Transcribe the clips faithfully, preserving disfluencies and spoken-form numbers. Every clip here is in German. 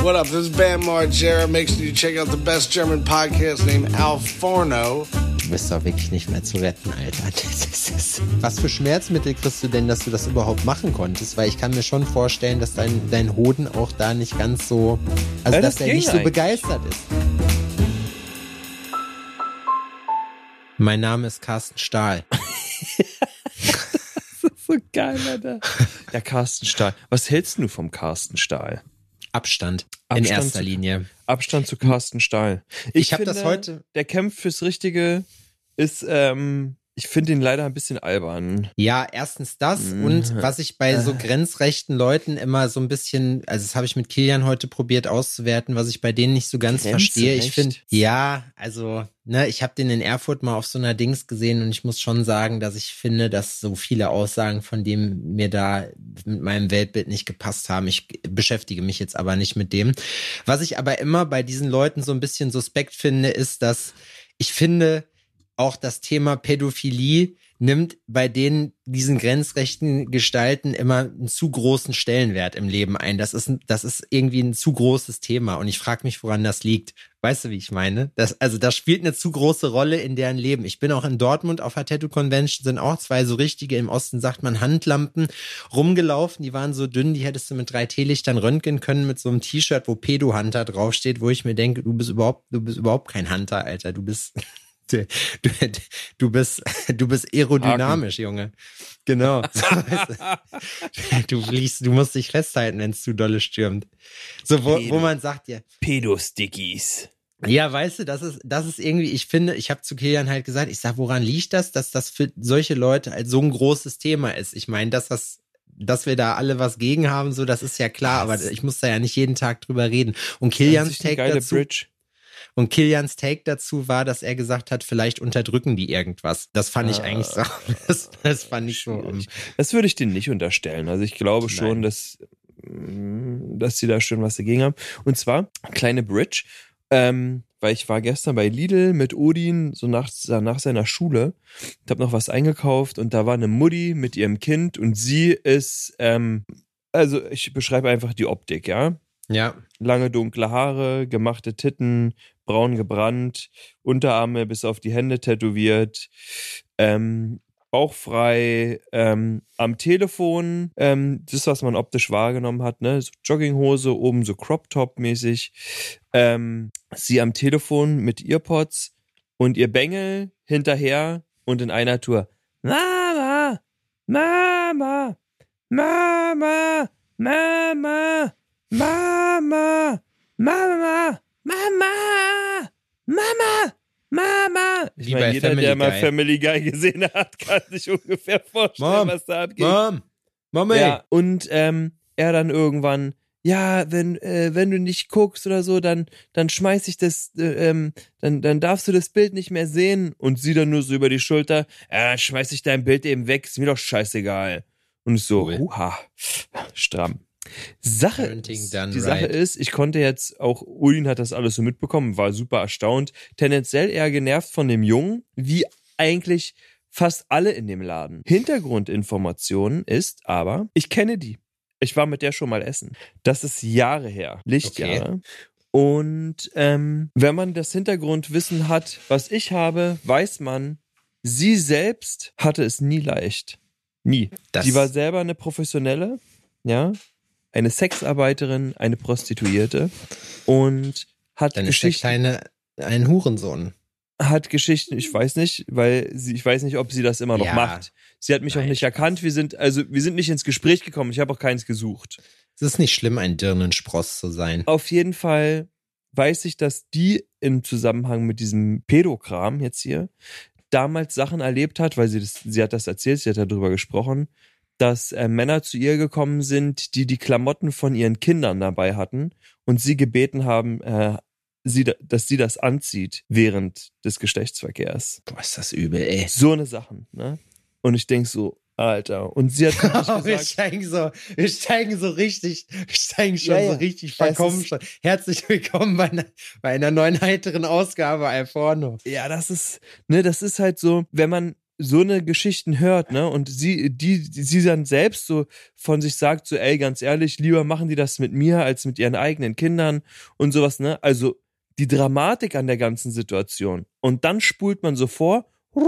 What up? This is Bam Margera. Make sure you check out the best German podcast named Al Forno. Du bist doch wirklich nicht mehr zu retten, Alter. Das ist, das. Was für Schmerzmittel kriegst du denn, dass du das überhaupt machen konntest? Weil ich kann mir schon vorstellen, dass dein, dein Hoden auch da nicht ganz so, also ja, dass das er nicht so eigentlich. begeistert ist. Mein Name ist Carsten Stahl. Das ist so geil, Alter. Der Carsten Stahl. Was hältst du vom Carsten Stahl? Abstand, Abstand in erster zu, Linie. Abstand zu Carsten Stahl. Ich, Ich, ich habe finde, das heute... der kämpft fürs Richtige, ist, ähm, ich finde ihn leider ein bisschen albern. Ja, erstens das Mhm. und was ich bei so grenzrechten Leuten immer so ein bisschen, also das habe ich mit Kilian heute probiert auszuwerten, was ich bei denen nicht so ganz verstehe. Ich finde, ja, also, ne, ich habe den in Erfurt mal auf so einer Dings gesehen und ich muss schon sagen, dass ich finde, dass so viele Aussagen von dem mir da mit meinem Weltbild nicht gepasst haben. Ich beschäftige mich jetzt aber nicht mit dem. Was ich aber immer bei diesen Leuten so ein bisschen suspekt finde, ist, dass ich finde, auch das Thema Pädophilie nimmt bei denen, diesen grenzrechten Gestalten, immer einen zu großen Stellenwert im Leben ein. Das ist, das ist irgendwie ein zu großes Thema und ich frage mich, woran das liegt. Weißt du, wie ich meine? Das, also das spielt eine zu große Rolle in deren Leben. Ich bin auch in Dortmund auf der Tattoo Convention, sind auch zwei so richtige, im Osten sagt man Handlampen, rumgelaufen. Die waren so dünn, die hättest du mit drei Teelichtern röntgen können mit so einem T-Shirt, wo Pedo-Hunter draufsteht, wo ich mir denke, du bist überhaupt, du bist überhaupt kein Hunter, Alter. Du bist... Du, du bist, du bist aerodynamisch, Haken. Junge. Genau. Du fliegst, du musst dich festhalten, wenn es zu dolle stürmt. So, wo, wo man sagt, ja. Pedo-Stickies. Ja, weißt du, das ist, das ist irgendwie, ich finde, ich habe zu Kilian halt gesagt, ich sag, woran liegt das, dass das für solche Leute halt so ein großes Thema ist? Ich meine, dass das, dass wir da alle was gegen haben, so, das ist ja klar, aber ich muss da ja nicht jeden Tag drüber reden. Und Kilians Take dazu. Bridge. Und Kilians Take dazu war, dass er gesagt hat, vielleicht unterdrücken die irgendwas. Das fand ich ah, eigentlich so. Das, das fand ich so. Um das würde ich denen nicht unterstellen. Also ich glaube Nein. schon, dass, dass sie da schon was dagegen haben. Und zwar, kleine Bridge, ähm, weil ich war gestern bei Lidl mit Odin, so nach, nach seiner Schule. Ich habe noch was eingekauft und da war eine Mutti mit ihrem Kind und sie ist, ähm, also ich beschreibe einfach die Optik, ja? Ja. Lange dunkle Haare, gemachte Titten, braun gebrannt, Unterarme bis auf die Hände tätowiert, ähm, bauchfrei, ähm, am Telefon, ähm, das, was man optisch wahrgenommen hat, ne, so Jogginghose, oben so Crop-Top-mäßig, ähm, sie am Telefon mit Earpods und ihr Bengel hinterher und in einer Tour, Mama, Mama, Mama, Mama, Mama, Mama, Mama, Mama, Mama. Ich meine, jeder, Family der mal Guy. Family Guy gesehen hat, kann sich ungefähr vorstellen, Mom, was da abgeht. Mom, Mama. Ja, und ähm, er dann irgendwann, ja, wenn äh, wenn du nicht guckst oder so, dann dann schmeiß ich das, äh, ähm, dann dann darfst du das Bild nicht mehr sehen. Und sie dann nur so über die Schulter, ja, dann schmeiß ich dein Bild eben weg, ist mir doch scheißegal. Und ich so, cool. Huha, stramm. Sache ist, die right. Sache ist, ich konnte jetzt auch, Udin hat das alles so mitbekommen, war super erstaunt, tendenziell eher genervt von dem Jungen, wie eigentlich fast alle in dem Laden. Hintergrundinformation ist aber, ich kenne die. Ich war mit der schon mal essen. Das ist Jahre her, Lichtjahre. Okay. Und ähm, wenn man das Hintergrundwissen hat, was ich habe, weiß man, sie selbst hatte es nie leicht. Nie. Das die war selber eine Professionelle, ja, eine Sexarbeiterin, eine Prostituierte und hat Dann Geschichten. Ist der Kleine ein Hurensohn. Hat Geschichten, ich weiß nicht, weil sie, ich weiß nicht, ob sie das immer noch ja. macht. Sie hat mich Nein, auch nicht erkannt. Wir sind, also wir sind nicht ins Gespräch gekommen. Ich habe auch keins gesucht. Es ist nicht schlimm, ein Dirnenspross zu sein. Auf jeden Fall weiß ich, dass die im Zusammenhang mit diesem Pädokram jetzt hier damals Sachen erlebt hat, weil sie das, sie hat das erzählt, sie hat darüber gesprochen, dass äh, Männer zu ihr gekommen sind, die die Klamotten von ihren Kindern dabei hatten und sie gebeten haben, äh, sie, dass sie das anzieht während des Geschlechtsverkehrs. Boah, ist das übel, ey. So eine Sachen, ne? Und ich denk so, Alter. Und sie hat gesagt, wir steigen so, wir steigen so richtig, wir steigen schon ja, ja. so richtig verkommen schon. Herzlich willkommen bei einer, bei einer neuen heiteren Ausgabe Al Forno. Ja, das ist, ne, das ist halt so, wenn man so eine Geschichten hört, ne, und sie, die, sie dann selbst so von sich sagt, so, ey, ganz ehrlich, lieber machen die das mit mir als mit ihren eigenen Kindern und sowas, ne, also die Dramatik an der ganzen Situation. Und dann spult man so vor,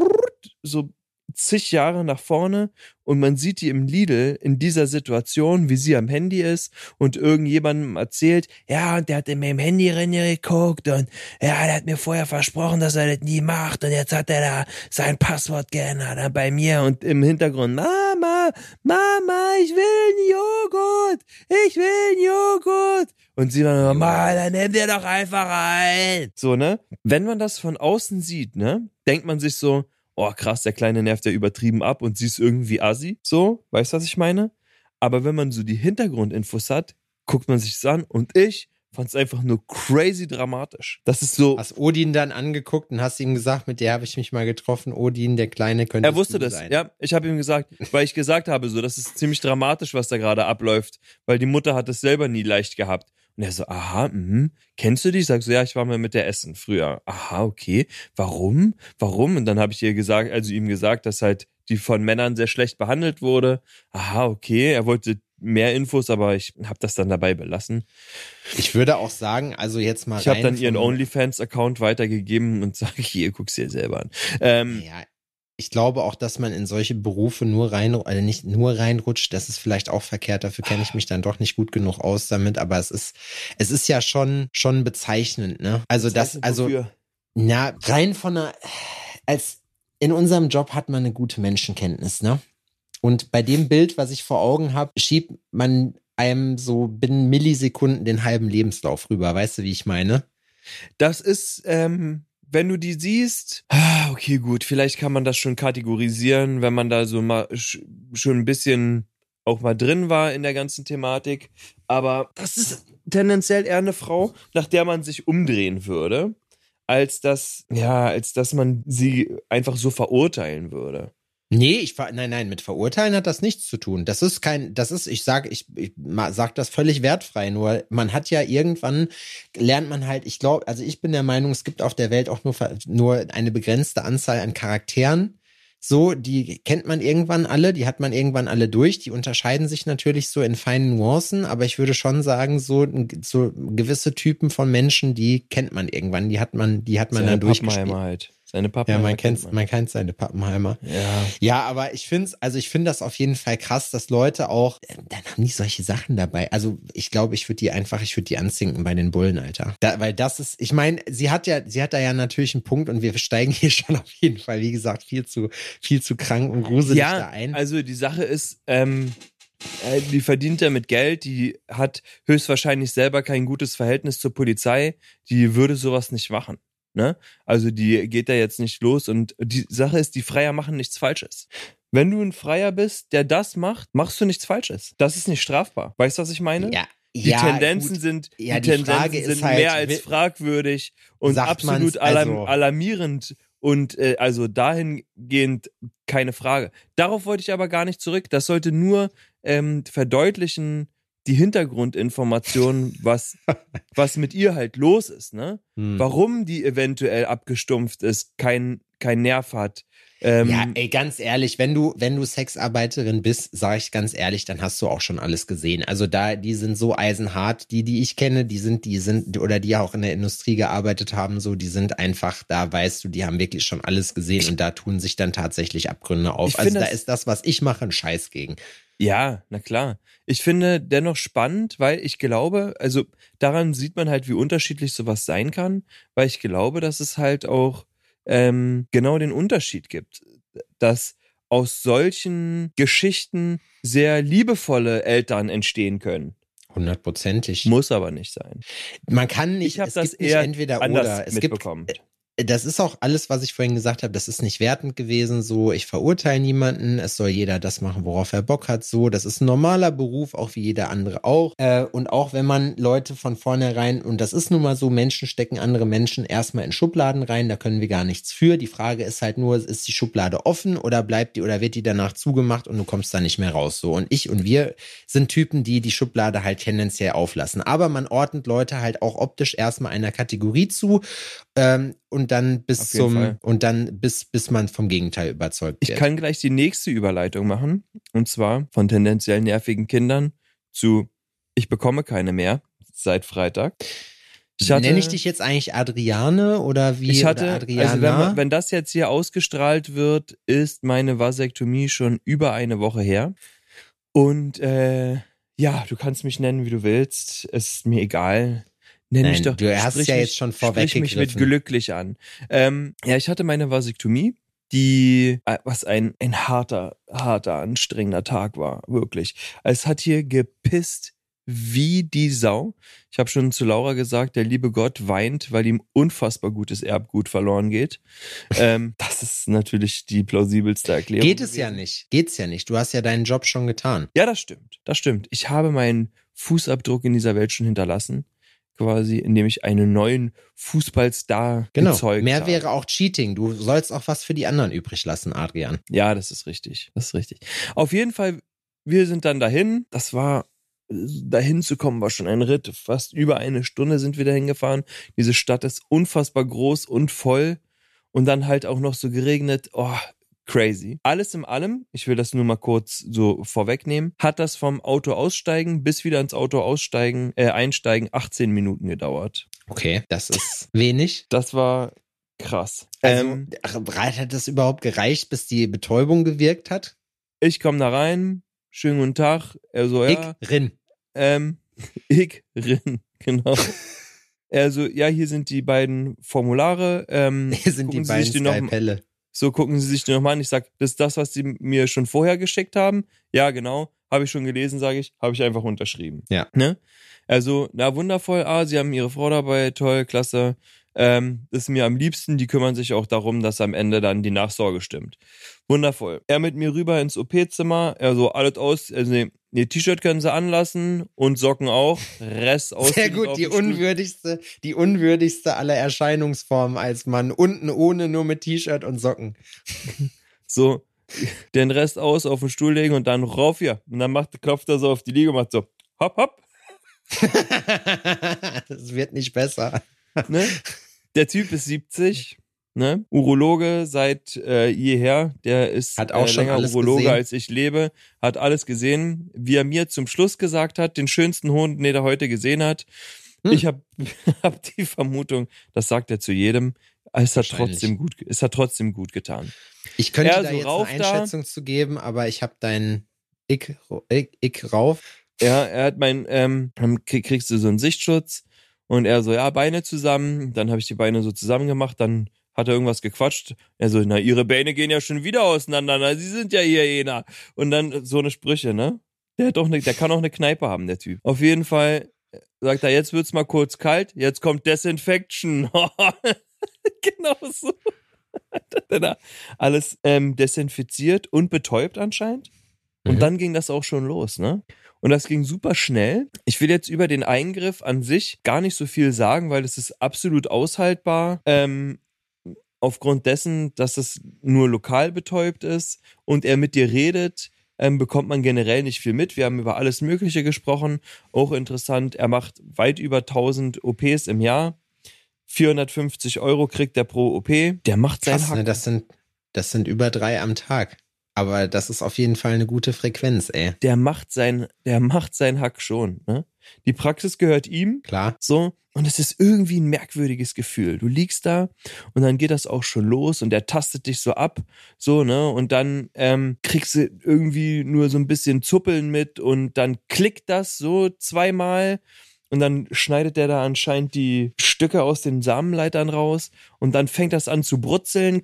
so zig Jahre nach vorne und man sieht die im Lidl in dieser Situation, wie sie am Handy ist und irgendjemandem erzählt, ja, und der hat in meinem Handy reingeguckt und ja, der hat mir vorher versprochen, dass er das nie macht und jetzt hat er da sein Passwort geändert bei mir und im Hintergrund, Mama, Mama, ich will einen Joghurt, ich will einen Joghurt. Und sie war nur, Mama, dann nimm dir doch einfach ein. So, ne? Wenn man das von außen sieht, ne, denkt man sich so, oh krass, der Kleine nervt ja übertrieben ab und sie ist irgendwie assi. So, weißt du, was ich meine? Aber wenn man so die Hintergrundinfos hat, guckt man sich das an und ich fand es einfach nur crazy dramatisch. Das ist so. Hast Odin dann angeguckt und hast ihm gesagt, mit der habe ich mich mal getroffen, Odin, der Kleine, könnte Er wusste du das, sein. ja. Ich habe ihm gesagt, weil ich gesagt habe, so, das ist ziemlich dramatisch, was da gerade abläuft, weil die Mutter hat es selber nie leicht gehabt. Und er so, aha, mh, kennst du die? Ich sag so, ja, ich war mal mit der essen früher. Aha, okay. Warum? Warum? Und dann habe ich ihr gesagt, also ihm gesagt, dass halt die von Männern sehr schlecht behandelt wurde. Aha, okay. Er wollte mehr Infos, aber ich habe das dann dabei belassen. Ich würde auch sagen, also jetzt mal Ich habe rein dann ihren vom- OnlyFans-Account weitergegeben und sage, hier, guck's dir selber an. Ähm, Ja, ich glaube auch, dass man in solche Berufe nur rein, also nicht nur reinrutscht, das ist vielleicht auch verkehrt, dafür kenne ich mich dann doch nicht gut genug aus damit, aber es ist, es ist ja schon, schon bezeichnend, ne? Also das, also, wofür? na, rein von einer, als, in unserem Job hat man eine gute Menschenkenntnis, ne? Und bei dem Bild, was ich vor Augen habe, schiebt man einem so binnen Millisekunden den halben Lebenslauf rüber, weißt du, wie ich meine? Das ist, ähm, wenn du die siehst, ah, okay, gut, vielleicht kann man das schon kategorisieren, wenn man da so mal sch- schon ein bisschen auch mal drin war in der ganzen Thematik. Aber das ist tendenziell eher eine Frau, nach der man sich umdrehen würde, als dass, ja, als dass man sie einfach so verurteilen würde. Nee, ich ver nein, nein, mit verurteilen hat das nichts zu tun. Das ist kein, das ist, ich sage, ich, ich ma- sag das völlig wertfrei, nur man hat ja irgendwann, lernt man halt, ich glaube, also ich bin der Meinung, es gibt auf der Welt auch nur, ver- nur eine begrenzte Anzahl an Charakteren. So, die kennt man irgendwann alle, die hat man irgendwann alle durch, die unterscheiden sich natürlich so in feinen Nuancen, aber ich würde schon sagen, so, so gewisse Typen von Menschen, die kennt man irgendwann, die hat man, die hat man Seine dann durchgespielt. Pappenheimer halt. Seine Pappenheimer. Ja, man kennt kennt, man kennt seine Pappenheimer. Ja. Ja, aber ich finde es, also ich finde das auf jeden Fall krass, dass Leute auch, äh, dann haben die solche Sachen dabei. Also ich glaube, ich würde die einfach, ich würde die anzinken bei den Bullen, Alter. Da, weil das ist, ich meine, sie hat ja, sie hat da ja natürlich einen Punkt und wir steigen hier schon auf jeden Fall, wie gesagt, viel zu, viel zu krank und gruselig Ja, da ein. also die Sache ist, ähm, äh, die verdient ja mit Geld, die hat höchstwahrscheinlich selber kein gutes Verhältnis zur Polizei, die würde sowas nicht machen. Ne? Also die geht da jetzt nicht los und die Sache ist, die Freier machen nichts Falsches. Wenn du ein Freier bist, der das macht, machst du nichts Falsches. Das ist nicht strafbar. Weißt du, was ich meine? Ja, Die ja, Tendenzen gut. sind, Ja, die die Tendenzen Frage ist sind halt, mehr als wi- fragwürdig und Sagt absolut man's, alarm also- alarmierend und äh, also dahingehend keine Frage. Darauf wollte ich aber gar nicht zurück. Das sollte nur ähm, verdeutlichen, die Hintergrundinformationen, was, was mit ihr halt los ist, ne? Hm. Warum die eventuell abgestumpft ist, kein, kein Nerv hat. Ähm, Ja, ey, ganz ehrlich, wenn du, wenn du Sexarbeiterin bist, sag ich ganz ehrlich, dann hast du auch schon alles gesehen. Also da, die sind so eisenhart, die, die ich kenne, die sind, die sind, oder die auch in der Industrie gearbeitet haben, so, die sind einfach, da weißt du, die haben wirklich schon alles gesehen und da tun sich dann tatsächlich Abgründe auf. Ich Also find da das- ist das, was ich mache, ein Scheiß gegen. Ja, na klar. Ich finde dennoch spannend, weil ich glaube, also daran sieht man halt, wie unterschiedlich sowas sein kann, weil ich glaube, dass es halt auch ähm, genau den Unterschied gibt, dass aus solchen Geschichten sehr liebevolle Eltern entstehen können. Hundertprozentig. Muss aber nicht sein. Man kann nicht, Ich habe es das gibt nicht eher entweder anders oder. Es gibt, mitbekommen. das ist auch alles, was ich vorhin gesagt habe, das ist nicht wertend gewesen, so, ich verurteile niemanden, es soll jeder das machen, worauf er Bock hat, so, das ist ein normaler Beruf, auch wie jeder andere auch, äh, und auch wenn man Leute von vornherein, und das ist nun mal so, Menschen stecken andere Menschen erstmal in Schubladen rein, da können wir gar nichts für, die Frage ist halt nur, ist die Schublade offen oder bleibt die, oder wird die danach zugemacht und du kommst da nicht mehr raus, so, und ich und wir sind Typen, die die Schublade halt tendenziell auflassen, aber man ordnet Leute halt auch optisch erstmal einer Kategorie zu, ähm, und und dann bis zum Fall. und dann bis bis man vom Gegenteil überzeugt wird. Ich kann gleich die nächste Überleitung machen, und zwar von tendenziell nervigen Kindern zu ich bekomme keine mehr seit Freitag. Ich hatte, Nenne ich dich jetzt eigentlich Adriane oder wie? Ich hatte, oder Adriana? also wenn, wenn das jetzt hier ausgestrahlt wird, ist meine Vasektomie schon über eine Woche her. Und äh, ja, du kannst mich nennen, wie du willst. Es ist mir egal. Nenn Nein, mich doch. Du hast es ja mich, jetzt schon vorweggegriffen. Sprich mich mit glücklich an. Ähm, ja, ich hatte meine Vasektomie, die, was ein, ein harter, harter, anstrengender Tag war, wirklich. Es hat hier gepisst wie die Sau. Ich habe schon zu Laura gesagt, der liebe Gott weint, weil ihm unfassbar gutes Erbgut verloren geht. ähm, das ist natürlich die plausibelste Erklärung. Geht es gewesen. ja nicht. Geht's ja nicht. Du hast ja deinen Job schon getan. Ja, das stimmt. Das stimmt. Ich habe meinen Fußabdruck in dieser Welt schon hinterlassen, quasi, indem ich einen neuen Fußballstar genau. gezeugt Mehr habe. wäre auch Cheating. Du sollst auch was für die anderen übrig lassen, Adrian. Ja, das ist richtig. Das ist richtig. Auf jeden Fall, wir sind dann dahin. Das war dahin zu kommen war schon ein Ritt. Fast über eine Stunde sind wir dahin gefahren. Diese Stadt ist unfassbar groß und voll. Und dann halt auch noch so geregnet. Oh, crazy. Alles in allem, ich will das nur mal kurz so vorwegnehmen, hat das vom Auto aussteigen bis wieder ins Auto aussteigen, äh, einsteigen, achtzehn Minuten gedauert. Okay, das ist wenig. Das war krass. Also, Ähm, hat das überhaupt gereicht, bis die Betäubung gewirkt hat? Ich komme da rein. Schönen guten Tag. Er so, ja. Ich rin. Ähm, ich rin, genau. Er so, ja, hier sind die beiden Formulare. Ähm, hier sind die beiden Skalpelle. So, gucken Sie sich die nochmal an. Ich sag, das ist das, was Sie mir schon vorher geschickt haben? Ja, genau. Habe ich schon gelesen, sage ich. Habe ich einfach unterschrieben. Ja. Ne? Also, na, wundervoll. Ah, Sie haben Ihre Frau dabei. Toll, klasse. Ähm, das ist mir am liebsten. Die kümmern sich auch darum, dass am Ende dann die Nachsorge stimmt. Wundervoll. Er mit mir rüber ins O P-Zimmer. Er so, alles aus. Also, nee, nee, T-Shirt können Sie anlassen und Socken auch. Rest aus. Sehr gut, die unwürdigste, die unwürdigste aller Erscheinungsformen als Mann. Unten ohne, nur mit T-Shirt und Socken. So, den Rest aus, auf den Stuhl legen und dann rauf hier. Und dann macht, klopft er so auf die Liege und macht so, hopp, hopp. Das wird nicht besser. Ne? Der Typ ist siebzig, ne? Urologe seit äh, jeher, der ist hat auch äh, schon länger alles Urologe gesehen. als ich lebe, hat alles gesehen, wie er mir zum Schluss gesagt hat, den schönsten Hund, den er heute gesehen hat. Hm. Ich habe hab die Vermutung, das sagt er zu jedem, es hat trotzdem gut, es hat trotzdem gut getan. Ich könnte er da so jetzt eine Einschätzung da, zu geben, aber ich habe deinen Ick, Ick, Ick rauf. Ja, er hat mein, ähm, dann kriegst du so einen Sichtschutz. Und er so, ja, Beine zusammen. Dann habe ich die Beine so zusammen gemacht. Dann hat er irgendwas gequatscht. Er so, na, ihre Beine gehen ja schon wieder auseinander. Na, sie sind ja hier einer. Und dann so eine Sprüche, ne? Der hat doch ne, der kann auch eine Kneipe haben, der Typ. Auf jeden Fall sagt er, jetzt wird's mal kurz kalt. Jetzt kommt Desinfection. Genau so. Hat er da alles ähm, desinfiziert und betäubt anscheinend. Und mhm. dann ging das auch schon los, ne? Und das ging super schnell. Ich will jetzt über den Eingriff an sich gar nicht so viel sagen, weil es ist absolut aushaltbar. Ähm, aufgrund dessen, dass es nur lokal betäubt ist und er mit dir redet, ähm, bekommt man generell nicht viel mit. Wir haben über alles Mögliche gesprochen. Auch interessant, er macht weit über tausend O Ps im Jahr. vierhundertfünfzig Euro kriegt er pro O P. Der macht seinen Krass, Hack. Ne, das sind, das sind über drei am Tag. Aber das ist auf jeden Fall eine gute Frequenz, ey. Der macht sein, der macht seinen Hack schon, ne? Die Praxis gehört ihm. Klar. So. Und es ist irgendwie ein merkwürdiges Gefühl. Du liegst da und dann geht das auch schon los und der tastet dich so ab, so, ne? Und dann ähm, kriegst du irgendwie nur so ein bisschen Zuppeln mit und dann klickt das so zweimal und dann schneidet der da anscheinend die Stücke aus den Samenleitern raus und dann fängt das an zu brutzeln.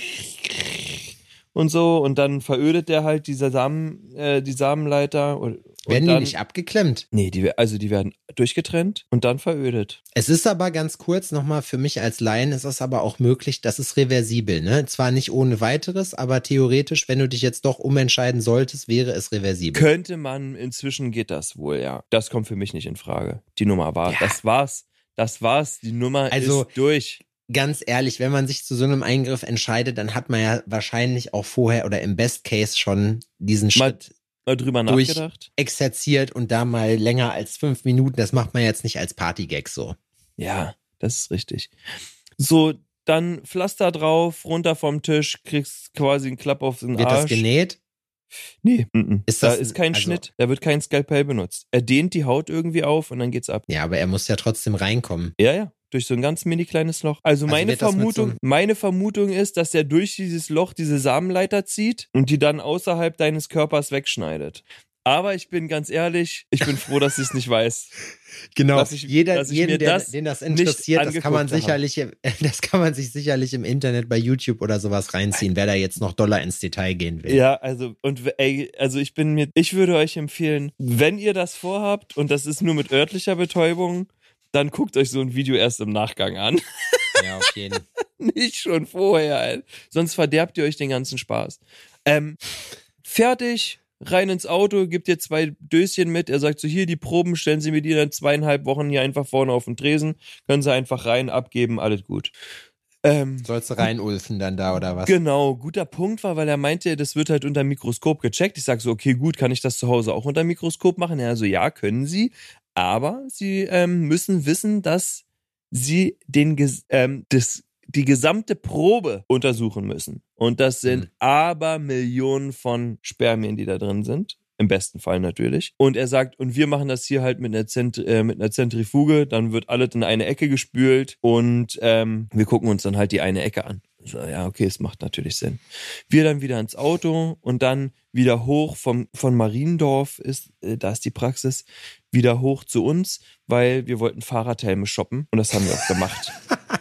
Und so, und dann verödet der halt diese Samen, äh, die Samenleiter. Und, und werden dann, die nicht abgeklemmt? Nee, die, also die werden durchgetrennt und dann verödet. Es ist aber ganz kurz nochmal für mich als Laien, ist es aber auch möglich, das ist reversibel, ne? Zwar nicht ohne weiteres, aber theoretisch, wenn du dich jetzt doch umentscheiden solltest, wäre es reversibel. Könnte man, inzwischen geht das wohl, ja. Das kommt für mich nicht in Frage. Die Nummer war, ja. das war's. Das war's, die Nummer also, ist durch. Ganz ehrlich, wenn man sich zu so einem Eingriff entscheidet, dann hat man ja wahrscheinlich auch vorher oder im Best Case schon diesen mal, Schritt mal drüber nachgedacht, exerziert und da mal länger als fünf Minuten, das macht man jetzt nicht als Partygag so. Ja, das ist richtig. So, dann Pflaster drauf, runter vom Tisch, kriegst quasi einen Klapp auf den Wird Arsch. das genäht? Nee, m-m. Ist da das ist ein- kein also- Schnitt, da wird kein Skalpell benutzt. Er dehnt die Haut irgendwie auf und dann geht's ab. Ja, aber er muss ja trotzdem reinkommen. Ja, ja, durch so ein ganz mini kleines Loch. Also, Also meine wird das mit Vermutung, so einem- meine Vermutung ist, dass er durch dieses Loch diese Samenleiter zieht und die dann außerhalb deines Körpers wegschneidet. Aber ich bin ganz ehrlich, ich bin froh, dass ich es nicht weiß. Genau. Dass ich- Jeder, dass ich jeden, mir der, das den das nicht interessiert, das kann man angeguckt sicherlich, im, das kann man sich sicherlich im Internet bei YouTube oder sowas reinziehen, wer da jetzt noch doller ins Detail gehen will. Ja, also und ey, also ich bin mir, ich würde euch empfehlen, wenn ihr das vorhabt und das ist nur mit örtlicher Betäubung, dann guckt euch so ein Video erst im Nachgang an. Ja, auf jeden. Nicht schon vorher, ey. Sonst verderbt ihr euch den ganzen Spaß. Ähm, fertig, rein ins Auto, gibt ihr zwei Döschen mit. Er sagt so, hier die Proben, stellen Sie mir die dann zweieinhalb Wochen hier einfach vorne auf den Tresen. Können Sie einfach rein, abgeben, alles gut. Ähm, Sollst du reinulfen dann da oder was? Genau, guter Punkt war, weil er meinte, das wird halt unter Mikroskop gecheckt. Ich sag so, okay, gut, kann ich das zu Hause auch unter Mikroskop machen? Er so, ja, können Sie, aber Sie ähm, müssen wissen, dass Sie den ges- ähm, das, die gesamte Probe untersuchen müssen. Und das sind Hm. aber Millionen von Spermien, die da drin sind. Im besten Fall natürlich. Und er sagt, und wir machen das hier halt mit einer, Zent äh, mit einer Zentrifuge, dann wird alles in eine Ecke gespült und ähm, wir gucken uns dann halt die eine Ecke an. So, ja, okay, es macht natürlich Sinn. Wir dann wieder ins Auto und dann wieder hoch vom, von Mariendorf ist, äh, da ist die Praxis, wieder hoch zu uns, weil wir wollten Fahrradhelme shoppen und das haben wir auch gemacht.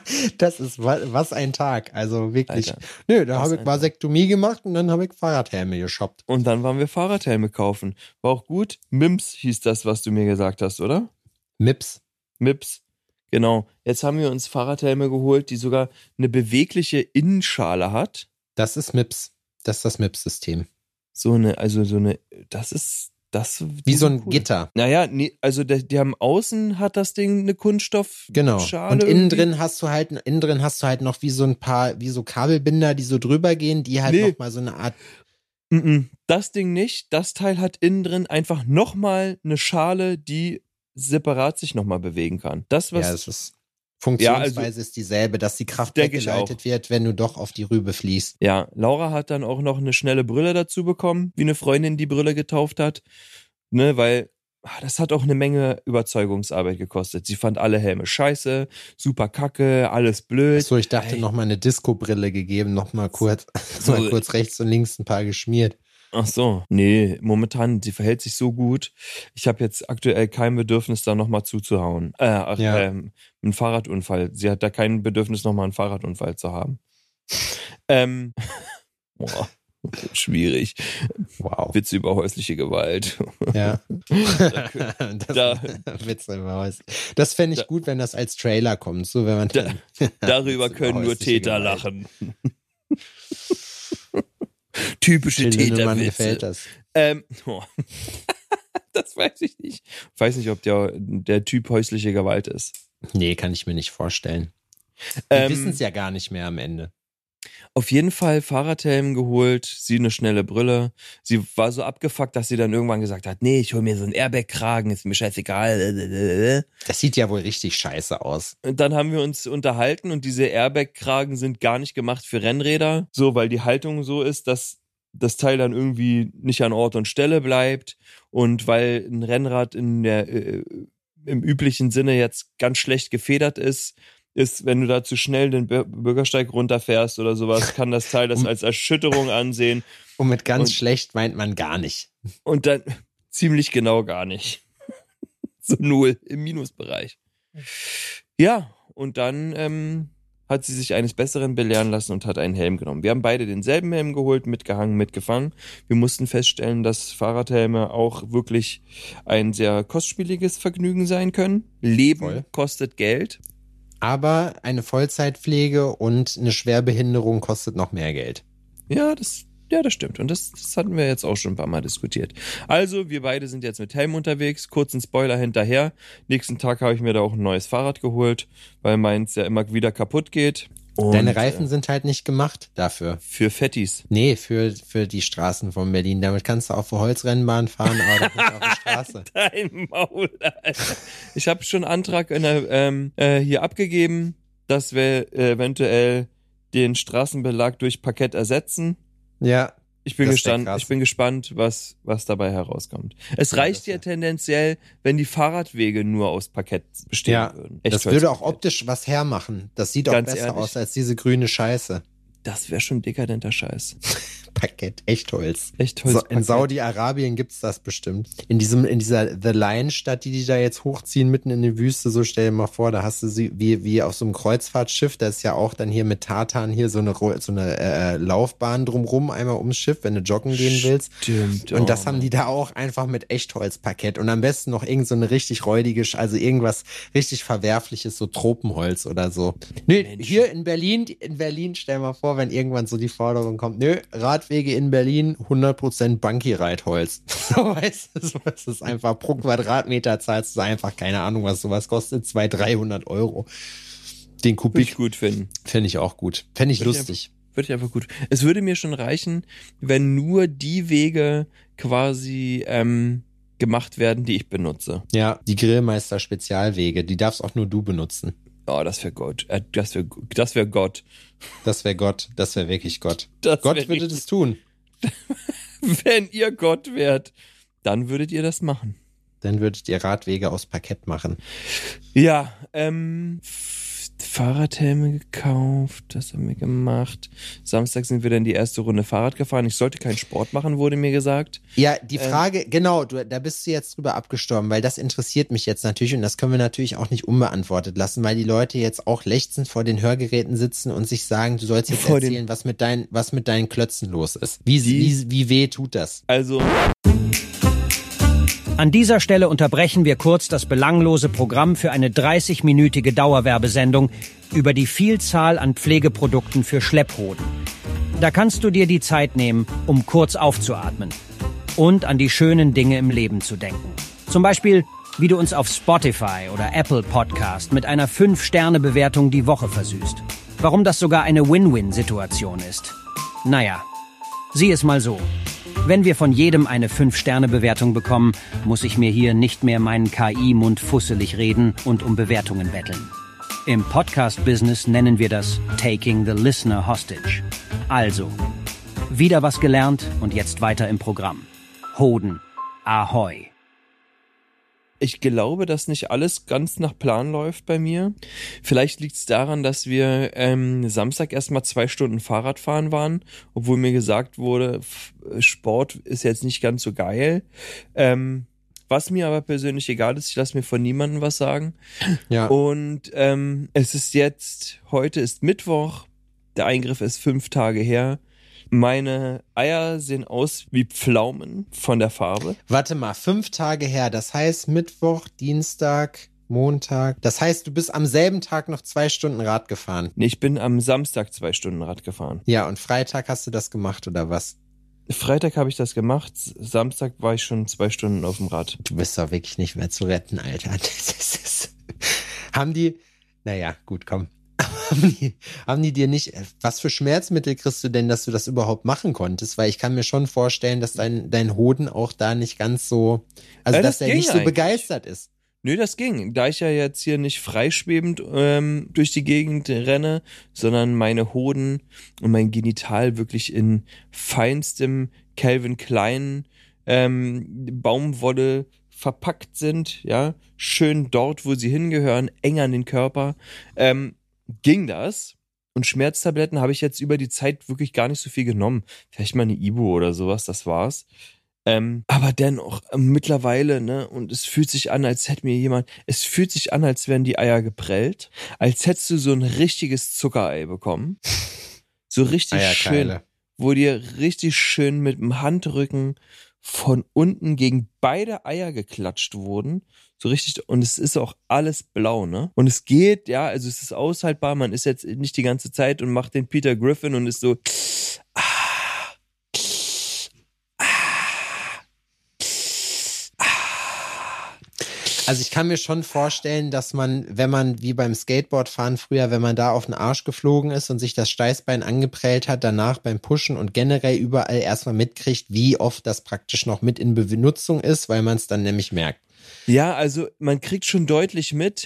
Das ist wa- was ein Tag. Also wirklich. Alter, Nö, da was habe ich ein Vasektomie gemacht und dann habe ich Fahrradhelme geshoppt. Und dann waren wir Fahrradhelme kaufen. War auch gut. Mims hieß das, was du mir gesagt hast, oder? Mips. Mips. Genau. Jetzt haben wir uns Fahrradhelme geholt, die sogar eine bewegliche Innenschale hat. Das ist Mips. Das ist das Mips-System. So eine, also so eine, das ist, das. Wie die so sind ein cool. Gitter. Naja, nee, also die, die haben außen hat das Ding eine Kunststoffschale. Genau. Und innen irgendwie. drin hast du halt, innen drin hast du halt noch wie so ein paar, wie so Kabelbinder, die so drüber gehen, die halt Nee. noch mal so eine Art. Mm-mm. Das Ding nicht. Das Teil hat innen drin einfach nochmal eine Schale, die separat sich nochmal bewegen kann. Das, was. Ja, es ist. Funktionsweise Ja, also- ist dieselbe, dass die Kraft Denke ich weggeleitet wird, wenn du doch auf die Rübe fließt. Ja, Laura hat dann auch noch eine schnelle Brille dazu bekommen, wie eine Freundin die Brille getauft hat. Ne, weil ah, das hat auch eine Menge Überzeugungsarbeit gekostet. Sie fand alle Helme scheiße, super kacke, alles blöd. So, ich dachte Ey. noch mal eine Disco-Brille gegeben, noch mal kurz, mal kurz rechts und links ein paar geschmiert. Ach so, nee, momentan, sie verhält sich so gut. Ich habe jetzt aktuell kein Bedürfnis, da nochmal zuzuhauen. Äh, ach, Ja. ähm, ein Fahrradunfall. Sie hat da kein Bedürfnis, nochmal einen Fahrradunfall zu haben. ähm, boah, schwierig. Wow. Witze über häusliche Gewalt. Ja. das, Da- Witz über Häus- das fände ich Da- gut, wenn das als Trailer kommt, so wenn man Da- dann, Darüber Witz können über nur häusliche Täter Gewalt. lachen. Typische Till Lindemann gefällt Täterwitze. das. Ähm, oh. Das weiß ich nicht. Ich weiß nicht, ob der, der Typ häusliche Gewalt ist. Nee, kann ich mir nicht vorstellen. Wir Ähm, wissen es ja gar nicht mehr am Ende. Auf jeden Fall Fahrradhelm geholt, sie eine schnelle Brille. Sie war so abgefuckt, dass sie dann irgendwann gesagt hat, nee, ich hol mir so einen Airbag-Kragen, ist mir scheißegal. Das sieht ja wohl richtig scheiße aus. Und dann haben wir uns unterhalten und diese Airbag-Kragen sind gar nicht gemacht für Rennräder. So, weil die Haltung so ist, dass das Teil dann irgendwie nicht an Ort und Stelle bleibt und weil ein Rennrad in der, äh, im üblichen Sinne jetzt ganz schlecht gefedert ist, ist, wenn du da zu schnell den Bür- Bürgersteig runterfährst oder sowas, kann das Teil das als Erschütterung ansehen Und mit ganz Und- schlecht meint man gar nicht. und dann ziemlich genau gar nicht. So null im Minusbereich. Ja, und dann ähm, hat sie sich eines Besseren belehren lassen und hat einen Helm genommen. Wir haben beide denselben Helm geholt, mitgehangen, mitgefangen. Wir mussten feststellen, dass Fahrradhelme auch wirklich ein sehr kostspieliges Vergnügen sein können. Leben Voll. kostet Geld. Aber eine Vollzeitpflege und eine Schwerbehinderung kostet noch mehr Geld. Ja, das, ja, das stimmt. Und das, das hatten wir jetzt auch schon ein paar Mal diskutiert. Also, wir beide sind jetzt mit Helm unterwegs. Kurzen Spoiler hinterher. Nächsten Tag habe ich mir da auch ein neues Fahrrad geholt, weil meins ja immer wieder kaputt geht. Und, Deine Reifen äh, sind halt nicht gemacht dafür. für Fettis. Nee, für, für die Straßen von Berlin. Damit kannst du auch für Holzrennbahn fahren, aber das nicht auf der Straße. Dein Maul, Alter. Ich habe schon einen Antrag in der, ähm, äh, hier abgegeben. dass wir äh, eventuell den Straßenbelag durch Parkett ersetzen. Ja. Ich bin gespannt, ich bin gespannt, was, was dabei herauskommt. Es ja, reicht ja tendenziell, wenn die Fahrradwege nur aus Parkett bestehen ja, würden. Echt das würde auch optisch was hermachen. Das sieht auch Ganz besser ehrlich. aus als diese grüne Scheiße. Das wäre schon dekadenter Scheiß. Parkett, Echtholz. Echtholz. So, in Saudi-Arabien gibt's das bestimmt. In diesem, in dieser The Lion-Stadt, die die da jetzt hochziehen, mitten in die Wüste, so stell dir mal vor, da hast du sie wie, wie auf so einem Kreuzfahrtschiff, da ist ja auch dann hier mit Tartan hier so eine, so eine äh, Laufbahn drumrum, einmal ums Schiff, wenn du joggen gehen willst. Stimmt. Und das oh, haben die da auch einfach mit Echtholzparkett und am besten noch irgend so eine richtig räudige, also irgendwas richtig Verwerfliches, so Tropenholz oder so. Nö, Mensch. Hier in Berlin, in Berlin, stell mal vor, wenn irgendwann so die Forderung kommt, nö, Radwege in Berlin, hundert Prozent Bunky-Reitholz. So, weißt du, so ist es einfach, pro Quadratmeter zahlst du einfach, keine Ahnung, was sowas kostet, zweihundert, dreihundert Euro. Den Kubik. Würde ich gut finden. Finde ich auch gut. Fände ich würde lustig. Ich würde ich einfach gut. Es würde mir schon reichen, wenn nur die Wege quasi ähm, gemacht werden, die ich benutze. Ja, die Grillmeister-Spezialwege, die darfst auch nur du benutzen. Oh, das wäre Gott. Äh, das wäre das wär Gott. Das wäre Gott. Das wäre wirklich Gott. Das Gott würde das tun. Wenn ihr Gott wärt, dann würdet ihr das machen. Dann würdet ihr Radwege aus Parkett machen. Ja, ähm, Fahrradhelme gekauft, das haben wir gemacht. Samstag sind wir dann die erste Runde Fahrrad gefahren. Ich sollte keinen Sport machen, wurde mir gesagt. Ja, die Frage, ähm, genau, du, da bist du jetzt drüber abgestorben, weil das interessiert mich jetzt natürlich und das können wir natürlich auch nicht unbeantwortet lassen, weil die Leute jetzt auch lechzend vor den Hörgeräten sitzen und sich sagen, du sollst jetzt vor erzählen, was mit, dein, was mit deinen Klötzen los ist. Wie, wie, wie weh tut das? Also... An dieser Stelle unterbrechen wir kurz das belanglose Programm für eine dreißigminütige Dauerwerbesendung über die Vielzahl an Pflegeprodukten für Schlepphoden. Da kannst du dir die Zeit nehmen, um kurz aufzuatmen und an die schönen Dinge im Leben zu denken. Zum Beispiel, wie du uns auf Spotify oder Apple Podcast mit einer fünf Sterne Bewertung die Woche versüßt. Warum das sogar eine Win-Win-Situation ist. Naja, sieh es mal so. Wenn wir von jedem eine fünf Sterne Bewertung bekommen, muss ich mir hier nicht mehr meinen K I-Mund fusselig reden und um Bewertungen betteln. Im Podcast-Business nennen wir das Taking the Listener Hostage. Also, wieder was gelernt und jetzt weiter im Programm. Hoden, Ahoi. Ich glaube, dass nicht alles ganz nach Plan läuft bei mir. Vielleicht liegt es daran, dass wir ähm, Samstag erstmal zwei Stunden Fahrrad fahren waren, obwohl mir gesagt wurde, Sport ist jetzt nicht ganz so geil. Ähm, was mir aber persönlich egal ist, ich lasse mir von niemandem was sagen. Ja. Und ähm, es ist jetzt, heute ist Mittwoch, der Eingriff ist fünf Tage her. Meine Eier sehen aus wie Pflaumen von der Farbe. Warte mal, fünf Tage her, das heißt Mittwoch, Dienstag, Montag. Das heißt, du bist am selben Tag noch zwei Stunden Rad gefahren. Nee, ich bin am Samstag zwei Stunden Rad gefahren. Ja, und Freitag hast du das gemacht, oder was? Freitag habe ich das gemacht, Samstag war ich schon zwei Stunden auf dem Rad. Du bist doch wirklich nicht mehr zu retten, Alter. Das ist, das ist, haben die, naja, gut, komm. Haben die, haben die dir nicht, was für Schmerzmittel kriegst du denn, dass du das überhaupt machen konntest? Weil ich kann mir schon vorstellen, dass dein, dein Hoden auch da nicht ganz so, also ja, dass das er nicht so eigentlich. begeistert ist. Nö, das ging. Da ich ja jetzt hier nicht freischwebend ähm, durch die Gegend renne, sondern meine Hoden und mein Genital wirklich in feinstem Calvin Klein ähm, Baumwolle verpackt sind, ja, schön dort, wo sie hingehören, eng an den Körper, ähm, ging das. Und Schmerztabletten habe ich jetzt über die Zeit wirklich gar nicht so viel genommen. Vielleicht mal eine Ibu oder sowas, das war's. Ähm, aber dennoch, äh, mittlerweile, ne, und es fühlt sich an, als hätte mir jemand, es fühlt sich an, als wären die Eier geprellt, als hättest du so ein richtiges Zuckerei bekommen. So richtig schön, wo dir richtig schön mit dem Handrücken von unten gegen beide Eier geklatscht wurden. So richtig, und es ist auch alles blau, ne? Und es geht, ja, also es ist aushaltbar, man ist jetzt nicht die ganze Zeit und macht den Peter Griffin und ist so, ah, Also ich kann mir schon vorstellen, dass man, wenn man wie beim Skateboardfahren früher, wenn man da auf den Arsch geflogen ist und sich das Steißbein angeprellt hat, danach beim Pushen und generell überall erstmal mitkriegt, wie oft das praktisch noch mit in Benutzung ist, weil man es dann nämlich merkt. Ja, also man kriegt schon deutlich mit,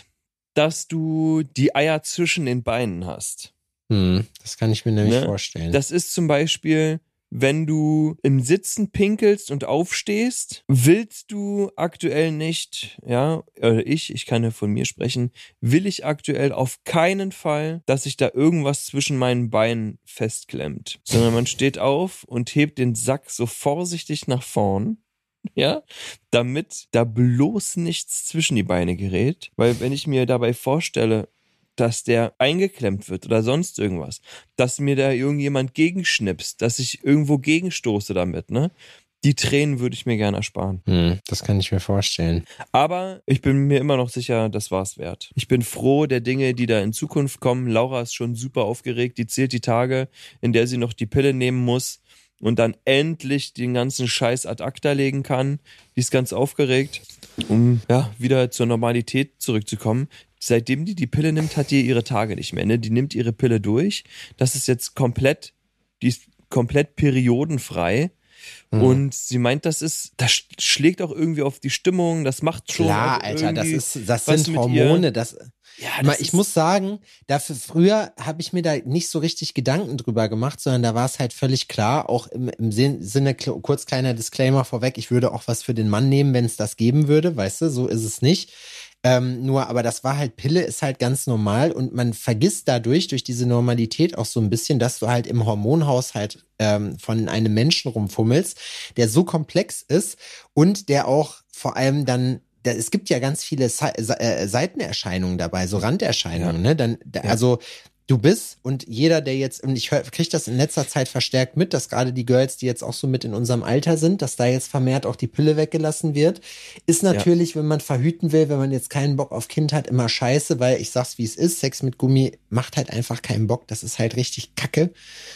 dass du die Eier zwischen den Beinen hast. Hm, das kann ich mir nämlich Ne? vorstellen. Das ist zum Beispiel, wenn du im Sitzen pinkelst und aufstehst, willst du aktuell nicht, ja, oder ich, ich kann ja von mir sprechen, will ich aktuell auf keinen Fall, dass sich da irgendwas zwischen meinen Beinen festklemmt. Sondern man steht auf und hebt den Sack so vorsichtig nach vorn, ja, damit da bloß nichts zwischen die Beine gerät. Weil wenn ich mir dabei vorstelle, dass der eingeklemmt wird oder sonst irgendwas, dass mir da irgendjemand gegenschnipst, dass ich irgendwo gegenstoße damit, ne? Die Tränen würde ich mir gerne ersparen. Hm, das kann ich mir vorstellen. Aber ich bin mir immer noch sicher, das war's wert. Ich bin froh der Dinge, die da in Zukunft kommen. Laura ist schon super aufgeregt. Die zählt die Tage, in der sie noch die Pille nehmen muss und dann endlich den ganzen Scheiß ad acta legen kann. Die ist ganz aufgeregt, um ja wieder zur Normalität zurückzukommen. Seitdem die die Pille nimmt, hat die ihre Tage nicht mehr. Ne? Die nimmt ihre Pille durch. Das ist jetzt komplett, die ist komplett periodenfrei. Mhm. Und sie meint, das ist, das schlägt auch irgendwie auf die Stimmung. Das macht schon. Klar, Alter, das ist, das sind Hormone. Das, ja, das mal, ich muss sagen, dafür früher habe ich mir da nicht so richtig Gedanken drüber gemacht, sondern da war es halt völlig klar, auch im, im Sinne, kurz kleiner Disclaimer vorweg, ich würde auch was für den Mann nehmen, wenn es das geben würde, weißt du, so ist es nicht. Ähm, nur, aber das war halt, Pille ist halt ganz normal und man vergisst dadurch, durch diese Normalität auch so ein bisschen, dass du halt im Hormonhaushalt ähm, von einem Menschen rumfummelst, der so komplex ist und der auch vor allem dann, da, es gibt ja ganz viele Se- Se- Seitenerscheinungen dabei, so Randerscheinungen, ja. ne? Dann, da, ja. also du bist und jeder, der jetzt, und ich kriege das in letzter Zeit verstärkt mit, dass gerade die Girls, die jetzt auch so mit in unserem Alter sind, dass da jetzt vermehrt auch die Pille weggelassen wird, ist natürlich, ja. wenn man verhüten will, wenn man jetzt keinen Bock auf Kind hat, immer scheiße, weil ich sag's wie es ist, Sex mit Gummi macht halt einfach keinen Bock, das ist halt richtig kacke.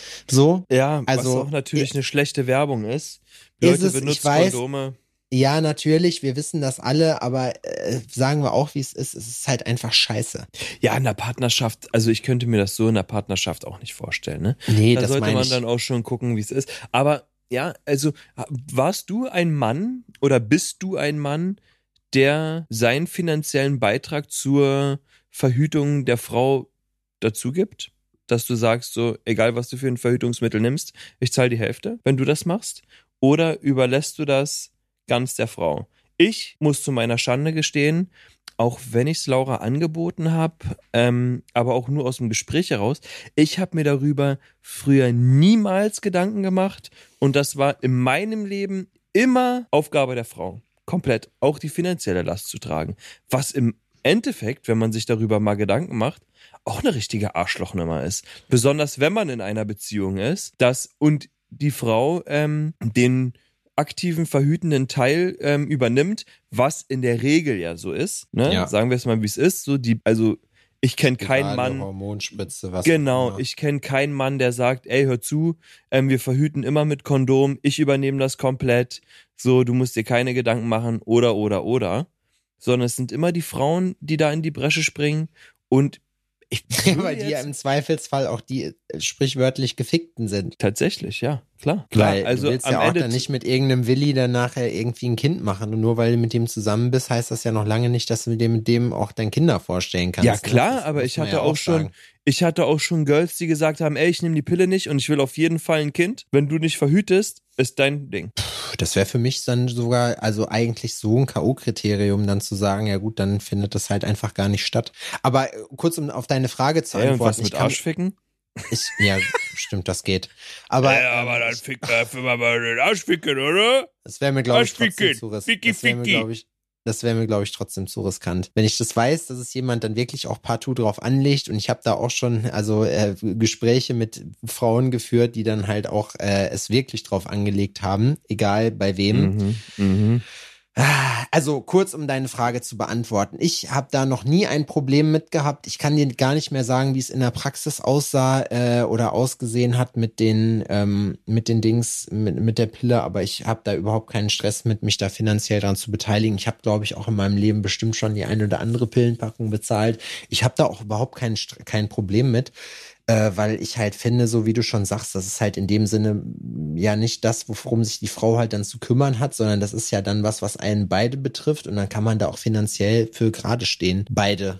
So. Ja, also, was auch natürlich äh, eine schlechte Werbung ist. Leute ist es, benutzen ich weiß, Kondome. Ja, natürlich, wir wissen das alle, aber äh, sagen wir auch, wie es ist, es ist halt einfach scheiße. Ja, in der Partnerschaft, also ich könnte mir das so in der Partnerschaft auch nicht vorstellen, ne? Nee, da das sollte man ich. dann auch schon gucken, wie es ist. Aber ja, also warst du ein Mann oder bist du ein Mann, der seinen finanziellen Beitrag zur Verhütung der Frau dazu gibt? Dass du sagst, so, egal was du für ein Verhütungsmittel nimmst, ich zahle die Hälfte, wenn du das machst? Oder überlässt du das ganz der Frau? Ich muss zu meiner Schande gestehen, auch wenn ich es Laura angeboten habe, ähm, aber auch nur aus dem Gespräch heraus, ich habe mir darüber früher niemals Gedanken gemacht und das war in meinem Leben immer Aufgabe der Frau. Komplett. Auch die finanzielle Last zu tragen. Was im Endeffekt, wenn man sich darüber mal Gedanken macht, auch eine richtige Arschlochnummer ist. Besonders wenn man in einer Beziehung ist, dass und die Frau ähm, den aktiven, verhütenden Teil ähm, übernimmt, was in der Regel ja so ist. Ne? Ja. Sagen wir es mal, wie es ist. So die, also ich kenne keinen Mann. Hormonspritze, was Genau, ich kenne keinen Mann, der sagt, ey, hör zu, ähm, wir verhüten immer mit Kondom, ich übernehme das komplett. So, du musst dir keine Gedanken machen, oder, oder, oder. Sondern es sind immer die Frauen, die da in die Bresche springen und ich ja, weil die ja im Zweifelsfall auch die äh, sprichwörtlich Gefickten sind. Tatsächlich, ja, klar. klar. Weil also du willst am ja auch Ende dann nicht mit irgendeinem Willi dann nachher irgendwie ein Kind machen. Und nur weil du mit dem zusammen bist, heißt das ja noch lange nicht, dass du mit dem, mit dem auch dein Kinder vorstellen kannst. Ja klar, ne? aber ich hatte ja auch schon, sagen. ich hatte auch schon Girls, die gesagt haben, ey, ich nehme die Pille nicht und ich will auf jeden Fall ein Kind. Wenn du nicht verhütest, ist dein Ding. Puh, das wäre für mich dann sogar, also eigentlich so ein K O-Kriterium, dann zu sagen, ja gut, dann findet das halt einfach gar nicht statt. Aber äh, kurz um auf deine Frage zu Ey, antworten. und was mit Arschficken? Ich, ja, stimmt, das geht. Aber, ja, aber dann fick dafür mal den Arschficken, oder? Das wäre mir, glaube ich, trotzdem zu riskant. Das wäre mir, glaube ich, das wäre mir, glaube ich, trotzdem zu riskant. Wenn ich das weiß, dass es jemand dann wirklich auch partout drauf anlegt und ich habe da auch schon also äh, Gespräche mit Frauen geführt, die dann halt auch äh, es wirklich drauf angelegt haben, egal bei wem. Mhm, mhm. Also kurz, um deine Frage zu beantworten. Ich habe da noch nie ein Problem mit gehabt. Ich kann dir gar nicht mehr sagen, wie es in der Praxis aussah äh, oder ausgesehen hat mit den ähm, mit den Dings, mit, mit der Pille. Aber ich habe da überhaupt keinen Stress mit, mich da finanziell dran zu beteiligen. Ich habe, glaube ich, auch in meinem Leben bestimmt schon die eine oder andere Pillenpackung bezahlt. Ich habe da auch überhaupt kein, kein Problem mit. Äh, weil ich halt finde, so wie du schon sagst, das ist halt in dem Sinne ja nicht das, worum sich die Frau halt dann zu kümmern hat, sondern das ist ja dann was, was einen beide betrifft und dann kann man da auch finanziell für gerade stehen. Beide.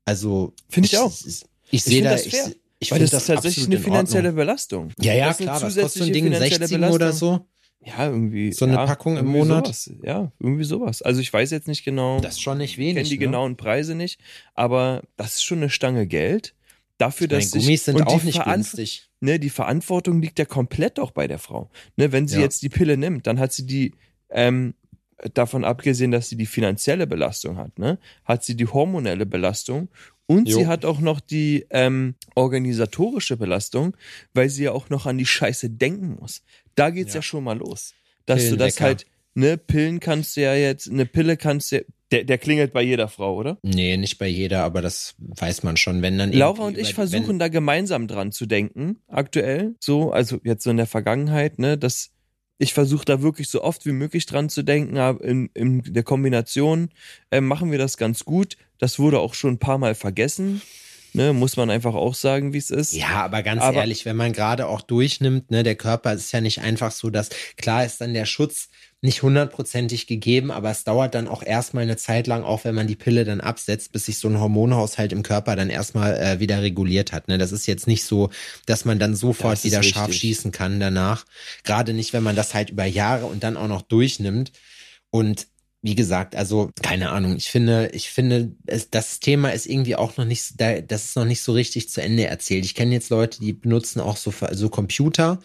Also finde ich, ich auch. Ich, ich sehe da, ich, ich Weil das, das ist tatsächlich eine finanzielle Belastung. Ja, ja, das klar. Was kostet so ein Ding? sechzig oder so? Ja, irgendwie. So eine ja, Packung im Monat? Sowas. Ja, irgendwie sowas. Also ich weiß jetzt nicht genau. Das ist schon nicht wenig. Ich kenne die ne? genauen Preise nicht, aber das ist schon eine Stange Geld. Dafür, ich meine, dass Gummis sich, sind und auch die nicht Veranf- günstig. Ne, die Verantwortung liegt ja komplett auch bei der Frau. Ne, wenn sie Ja. jetzt die Pille nimmt, dann hat sie die, ähm, davon abgesehen, dass sie die finanzielle Belastung hat, ne, hat sie die hormonelle Belastung und Jo. sie hat auch noch die ähm, organisatorische Belastung, weil sie ja auch noch an die Scheiße denken muss. Da geht's ja, Ja. schon mal los. Dass du das Pillenwecker. halt, ne, Pillen kannst du ja jetzt, eine Pille kannst du ja, der, der klingelt bei jeder Frau, oder? Nee, nicht bei jeder, aber das weiß man schon, wenn dann Laura irgendwie und ich über- versuchen wenn, da gemeinsam dran zu denken, aktuell, so, also jetzt so in der Vergangenheit, ne, dass ich versuche da wirklich so oft wie möglich dran zu denken, aber in, in der Kombination äh, machen wir das ganz gut. Das wurde auch schon ein paar Mal vergessen, ne, muss man einfach auch sagen, wie es ist. Ja, aber ganz Aber- ehrlich, wenn man gerade auch durchnimmt, ne, der Körper ist ja nicht einfach so, dass, klar ist dann der Schutz nicht hundertprozentig gegeben, aber es dauert dann auch erstmal eine Zeit lang, auch wenn man die Pille dann absetzt, bis sich so ein Hormonhaushalt im Körper dann erstmal äh, wieder reguliert hat. Ne? Das ist jetzt nicht so, dass man dann sofort Das ist wieder scharf richtig. schießen kann danach. Gerade nicht, wenn man das halt über Jahre und dann auch noch durchnimmt. Und wie gesagt, also keine Ahnung, ich finde, ich finde, es, das Thema ist irgendwie auch noch nicht, da- das ist noch nicht so richtig zu Ende erzählt. Ich kenne jetzt Leute, die benutzen auch so, so Computer,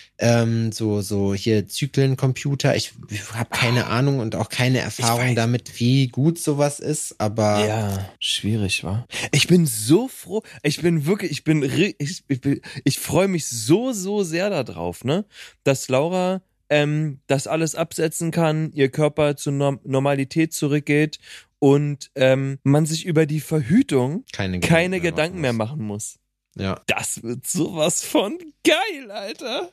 ähm, so so hier Zyklencomputer. Ich, ich habe keine Ahnung und auch keine Erfahrung weiß. damit, wie gut sowas ist, aber Ja, schwierig, war. Ich bin so froh. Ich bin wirklich, ich bin, ri- ich, ich, bin- ich freue mich so, so sehr darauf, ne, dass Laura ähm, das alles absetzen kann, ihr Körper zur Norm- Normalität zurückgeht und ähm, man sich über die Verhütung keine Gedanken, keine mehr, Gedanken mehr machen machen muss. muss. Ja. Das wird sowas von geil, Alter.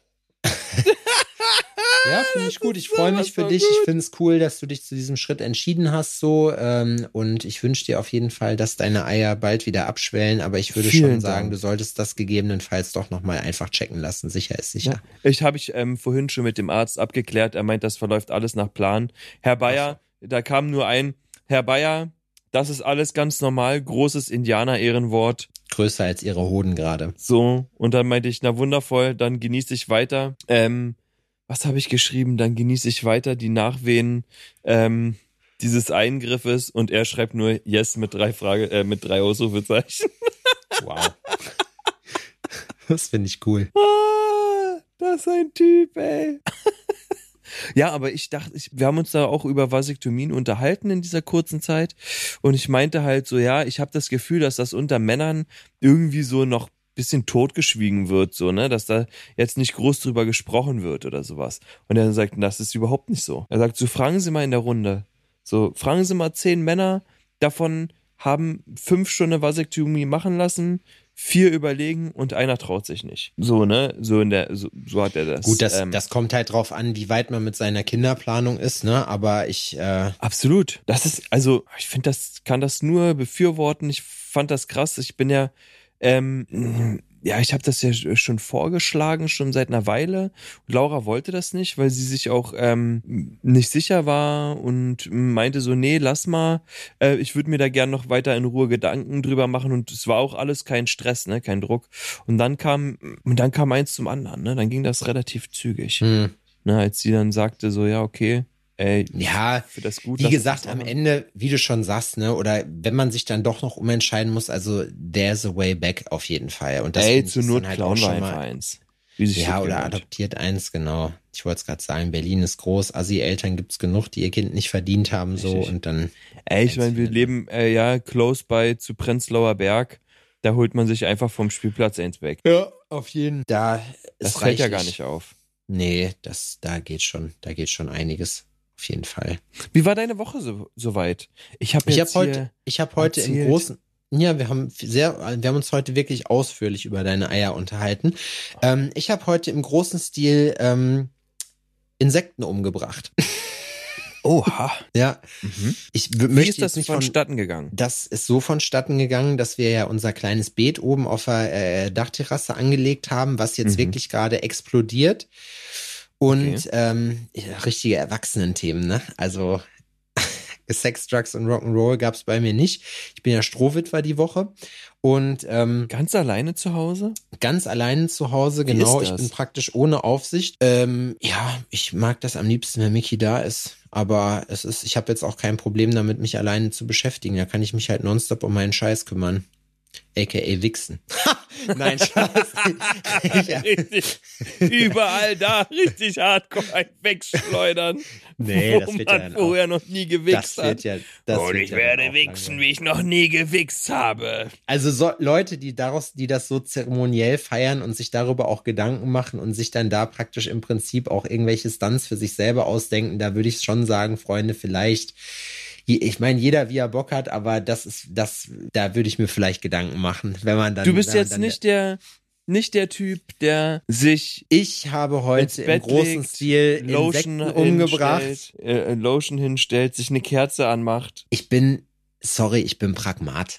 Ja, finde ich gut. Ich ist freue sowas mich für von dich. gut. Ich finde es cool, dass du dich zu diesem Schritt entschieden hast, so. Ähm, und ich wünsche dir auf jeden Fall, dass deine Eier bald wieder abschwellen. Aber ich würde Vielen schon sagen, Dank. du solltest das gegebenenfalls doch nochmal einfach checken lassen. Sicher ist sicher. Ja. Ich habe ich ähm, vorhin schon mit dem Arzt abgeklärt. Er meint, das verläuft alles nach Plan. Herr Bayer, da kam nur ein, Herr Bayer, das ist alles ganz normal. Großes Indianer-Ehrenwort. Größer als ihre Hoden gerade. So, und dann meinte ich, na wundervoll, dann genieße ich weiter. Ähm, was habe ich geschrieben? Dann genieße ich weiter die Nachwehen ähm, dieses Eingriffes. Und er schreibt nur Yes mit drei Frage, äh, mit drei Ausrufezeichen. Wow. Das finde ich cool. Ah, das ist ein Typ, ey. Ja, aber ich dachte, ich, wir haben uns da auch über Vasektomien unterhalten in dieser kurzen Zeit und ich meinte halt so, ja, ich habe das Gefühl, dass das unter Männern irgendwie so noch bisschen totgeschwiegen wird, so, ne, dass da jetzt nicht groß drüber gesprochen wird oder sowas. Und er sagt, das ist überhaupt nicht so. Er sagt, so, fragen Sie mal in der Runde. So, fragen Sie mal zehn Männer, davon haben fünf schon eine Vasektomie machen lassen, vier überlegen und einer traut sich nicht. So, ne? So in der, so, so hat er das. Gut, das, ähm, das kommt halt drauf an, wie weit man mit seiner Kinderplanung ist, ne? Aber ich, äh, Absolut. Das ist, also, ich finde, das kann das nur befürworten. Ich fand das krass. Ich bin ja, ähm, ja, ich habe das ja schon vorgeschlagen, schon seit einer Weile. Laura wollte das nicht, weil sie sich auch ähm, nicht sicher war und meinte so, nee, lass mal. Äh, ich würde mir da gern noch weiter in Ruhe Gedanken drüber machen und es war auch alles kein Stress, ne, kein Druck. Und dann kam, und dann kam eins zum anderen, ne, dann ging das relativ zügig. hm. Ne, als sie dann sagte so, ja, okay, ey, ja, für das gut. wie lass uns gesagt, das am machen. Ende, wie du schon sagst, ne, oder wenn man sich dann doch noch umentscheiden muss, also there's a way back auf jeden Fall. Und das Ey, finde ich zur ist Not dann halt klauen auch wir schon einfach mal, eins. Wie sich ja, das oder gehört. adoptiert eins, genau. Ich wollte es gerade sagen, Berlin ist groß, Assi-Eltern gibt's genug, die ihr Kind nicht verdient haben, so, Richtig. und dann, Ey, ich eins meine, wir finden. leben äh, ja close by zu Prenzlauer Berg. Da holt man sich einfach vom Spielplatz eins weg. ja, auf jeden. Da Das ist fällt ja reichlich. gar nicht auf. Nee, das, da geht schon, da geht schon einiges. Auf jeden Fall. Wie war deine Woche so, soweit? Ich habe Ich jetzt habe hier, heute, ich habe heute im erzählt. großen, ja, wir haben sehr, wir haben uns heute wirklich ausführlich über deine Eier unterhalten. Ähm, ich habe heute im großen Stil ähm, Insekten umgebracht. Oha. Ja, Mhm. ich w- Wie möchte ist das jetzt nicht von, vonstatten gegangen? das ist so vonstatten gegangen, dass wir ja unser kleines Beet oben auf der äh, Dachterrasse angelegt haben, was jetzt Mhm. wirklich gerade explodiert. Und Okay. ähm, ja, richtige Erwachsenenthemen, ne? Also Sex, Drugs und Rock'n'Roll gab's bei mir nicht. Ich bin ja Strohwitwer die Woche. Und ähm, ganz alleine zu Hause? Ganz alleine zu Hause, genau. Ich bin praktisch ohne Aufsicht. Ähm, ja, ich mag das am liebsten, wenn Mickey da ist. Aber es ist, ich habe jetzt auch kein Problem damit, mich alleine zu beschäftigen. Da kann ich mich halt nonstop um meinen Scheiß kümmern. A K A Wichsen. Nein, Spaß. Richtig. Überall da richtig hardcore ein wegschleudern. Nee, das wird ja dann vorher auch, noch nie gewichst das wird ja, das Und wird ich ja werde wichsen, wie ich noch nie gewichst habe. Also so, Leute, die daraus, die das so zeremoniell feiern und sich darüber auch Gedanken machen und sich dann da praktisch im Prinzip auch irgendwelche Stunts für sich selber ausdenken, da würde ich schon sagen, Freunde, vielleicht, ich meine, jeder wie er Bock hat, aber das ist, das, da würde ich mir vielleicht Gedanken machen, wenn man dann. Du bist jetzt nicht der, nicht der Typ, der sich. Ich habe heute im großen legt, Stil Lotion Insekten umgebracht, hinstellt, äh, Lotion hinstellt, sich eine Kerze anmacht. Ich bin, sorry, ich bin Pragmat.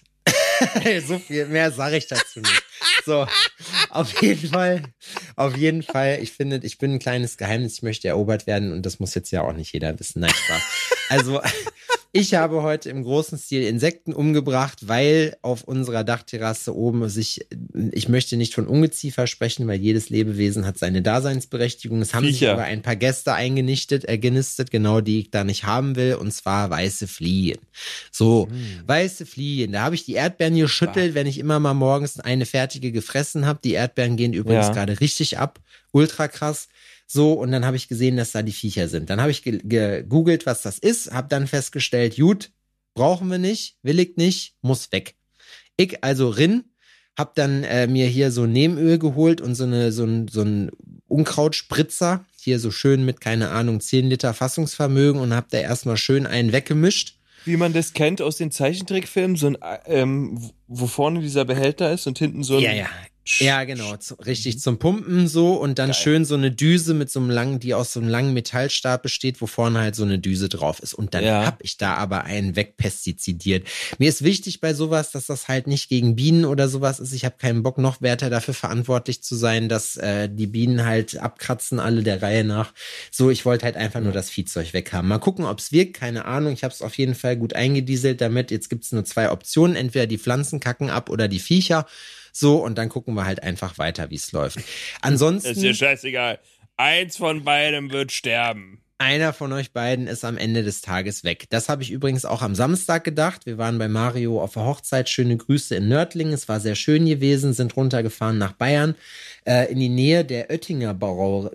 So viel mehr sage ich dazu nicht. So, auf jeden Fall, auf jeden Fall, ich finde, ich bin ein kleines Geheimnis, ich möchte erobert werden und das muss jetzt ja auch nicht jeder wissen. Nein, Spaß. Also, ich habe heute im großen Stil Insekten umgebracht, weil auf unserer Dachterrasse oben sich, ich möchte nicht von Ungeziefer sprechen, weil jedes Lebewesen hat seine Daseinsberechtigung. Es haben Viecher. sich aber ein paar Gäste eingenichtet, äh, genistet, genau die ich da nicht haben will, und zwar weiße Fliehen. So, hm. weiße Fliehen. Da habe ich die Erdbeeren geschüttelt, wenn ich immer mal morgens eine fertige gefressen habe. Die Erdbeeren gehen übrigens ja. gerade richtig ab. Ultra krass. So, und dann habe ich gesehen, dass da die Viecher sind. Dann habe ich ge- gegoogelt, was das ist, habe dann festgestellt, gut, brauchen wir nicht, will ich nicht, muss weg. Ich also rin, habe dann äh, mir hier so Nebenöl geholt und so eine so ein so ein Unkrautspritzer, hier so schön mit, keine Ahnung, zehn Liter Fassungsvermögen, und habe da erstmal schön einen weggemischt. Wie man das kennt aus den Zeichentrickfilmen, so ein, ähm, wo vorne dieser Behälter ist und hinten so ein... Ja, ja. Ja, genau, zu, richtig zum Pumpen so, und dann Geil. schön so eine Düse mit so einem langen, die aus so einem langen Metallstab besteht, wo vorne halt so eine Düse drauf ist. Und dann ja. hab ich da aber einen wegpestizidiert. Mir ist wichtig bei sowas, dass das halt nicht gegen Bienen oder sowas ist. Ich habe keinen Bock, noch weiter dafür verantwortlich zu sein, dass äh, die Bienen halt abkratzen, alle der Reihe nach. So, ich wollte halt einfach nur das Viehzeug weghaben. Mal gucken, ob's wirkt, keine Ahnung. Ich habe es auf jeden Fall gut eingedieselt damit. Jetzt gibt's nur zwei Optionen, entweder die Pflanzen kacken ab oder die Viecher. So, und dann gucken wir halt einfach weiter, wie es läuft. Ansonsten... Ist dir scheißegal. Eins von beidem wird sterben. Einer von euch beiden ist am Ende des Tages weg. Das habe ich übrigens auch am Samstag gedacht. Wir waren bei Mario auf der Hochzeit. Schöne Grüße in Nördlingen. Es war sehr schön gewesen, sind runtergefahren nach Bayern, äh, in die Nähe der Oettinger Brauerei,